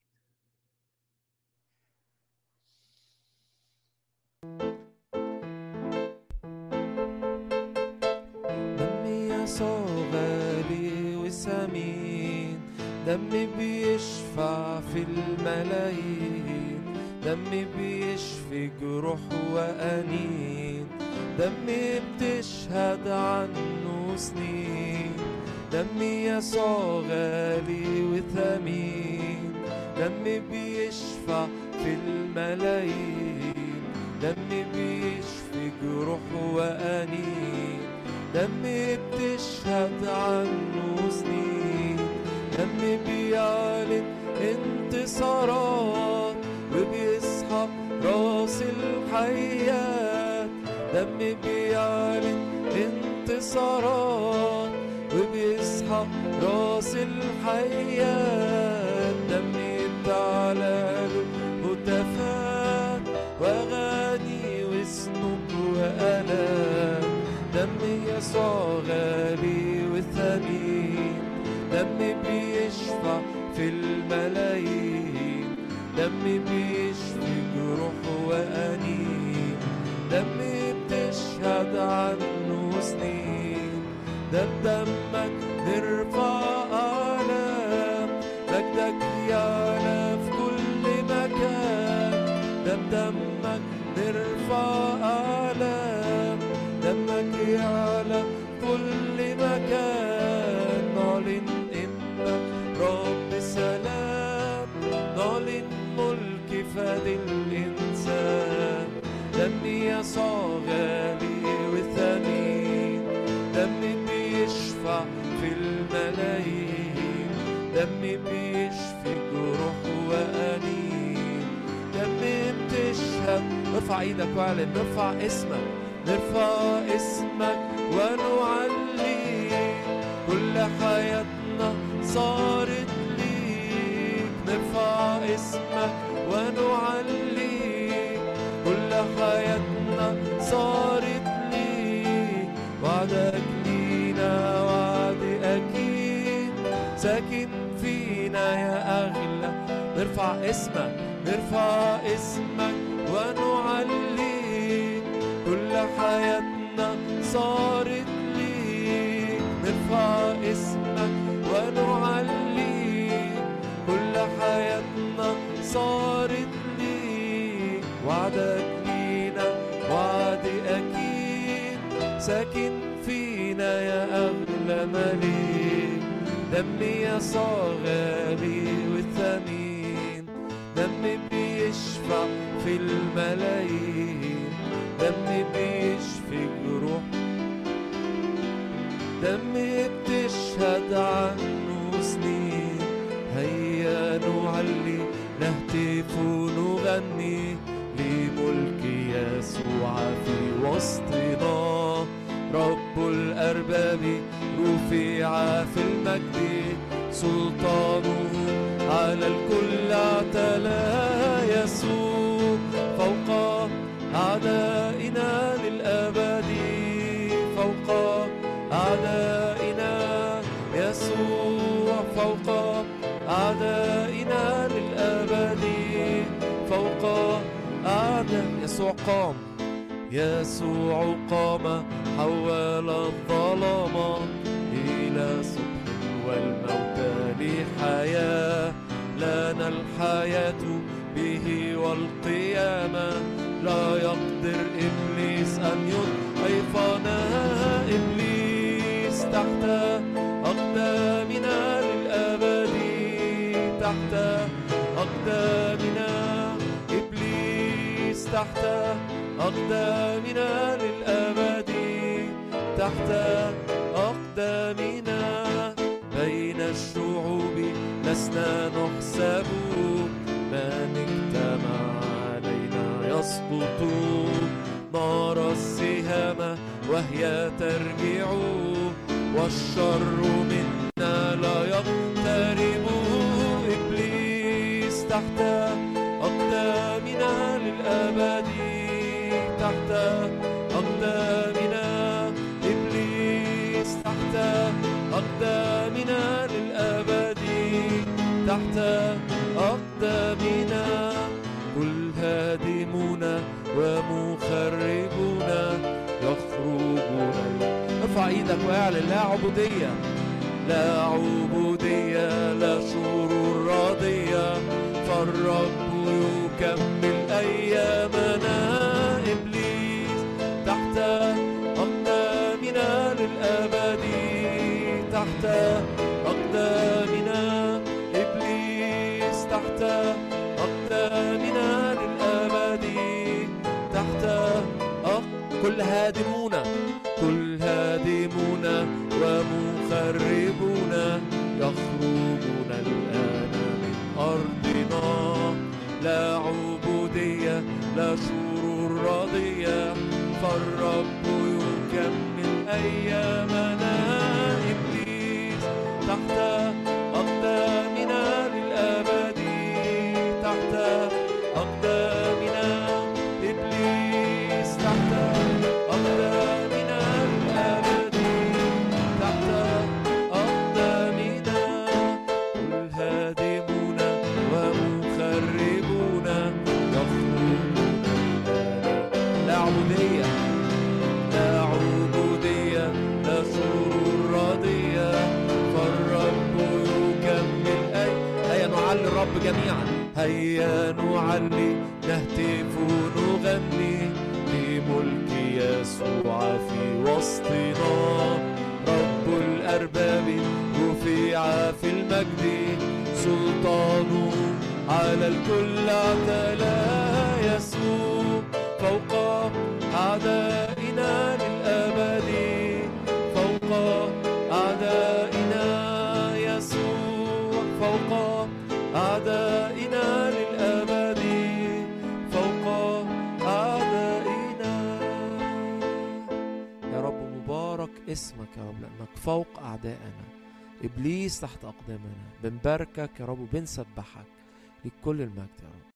دمي يسوع غالي وثمين، دمي بيشفع في الملايين، دمي بيشفي جروح وأنين، دمي بتشهد عنه سنين. دمي يسوع غالي وثمين، دمي بيشفع في الملايين، دمي بيشفي جروح وأنين، دمي بتشهد عنه سنين. دمي بيعلن انتصارات وبيسحب راس الحيات. دمي بيعلن انتصارات وبيسحب راس الحيات. دم بيشفي جروح وأنين، دم بتشهد عنه سنين، ده بدمك نرفع أعلام، مجدك يعلى في كل مكان، ده بدمك نرفع أعلام، دمك يعلى في كل مكان، نعلن إنك رب سلام، نعلن ملك فادي الإنسان، دم يسوع غالي وثمين، دم بيشفع في الملايين، دم بيشفي جروح وأنين، دم بتشهد. ارفع ايدك واعلن، نرفع اسمك، نرفع اسمك ونعليك، كل حياتنا صارت ليك، نرفع اسمك ونعليك، كل حياتنا صارت ليك، وعدك لينا وعد أكيد ساكن فينا يا أغلى. نرفع اسمك، نرفع اسمك ونعليك، كل حياتنا صارت ليك، نرفع اسمك ونعليك، كل حياتنا صارت ليك، وعدك لينا وعد أكيد ساكن فينا يا أغلى مليك، دم يسوع غالي والثمين، دم بيشفع في الملايين، دم بيشفي جروح، دم بتشهد عنه سنين. هيا نعلي نهتف ونغني لملك يسوع في وسطنا، رب الأرباب رفع في المجد، سلطانه على الكل اعتلى، يسوع فوق أعدائنا للأبد، فوق أعدائنا، يسوع فوق أعدائنا للأبد، فوق أعداء. يسوع قام، يسوع قام، حول الظلام إلى صبح والموت لحياة، لنا الحياة به والقيامة، لا يقدر إبليس أن يضعفنا، إبليس تحت أقدامنا للأبد، تحت أقدامنا، إبليس تحت أقدامنا للأبد، تحت أقدامنا، بين الشعوب لسنا نحسب، من اجتمع علينا يسقط، نار السهام وهي ترجع، والشر منا لا يقترب، إبليس تحت أقدامنا للأبد، تحت أقدامنا، إبليس تحت أقدامنا للأبد، تحت أقدامنا، كل هادمون ومخربون يخرجون. ارفع ايدك واعلن، لا عبودية، لا عبودية، لا شرور راضية، فالرب يكمل أيامنا، إبليس تحت أقدامنا للأبد، تحت أقدامنا، إبليس تحت أقدامنا للأبد، تحت كل هادمون، كل هادمون ومخربون يخرجون الآن من أرضنا، لا عبودية، لا شرور راضية، فالرب يكمل أيامنا، إبليس تحت أقدامنا للأبد، تحت أقدامنا، إبليس تحت أقدامنا للأبد، تحت أقدامنا، كل هادمون ومخربون هيا نعلي نهتف نغني بملك يسوع في وسطنا. رب الأرباب رفيع في المجد سلطانه على الكل اعتلى يسوع فوق أعدائنا للأبد فوق أعدائنا يسوع فوق أعدائنا للأبد فوق أعدائنا. يا رب مبارك اسمك يا رب لأنك فوق أعدائنا، إبليس تحت أقدامنا. بنباركك يا رب وبنسبحك لكل المجد يا رب.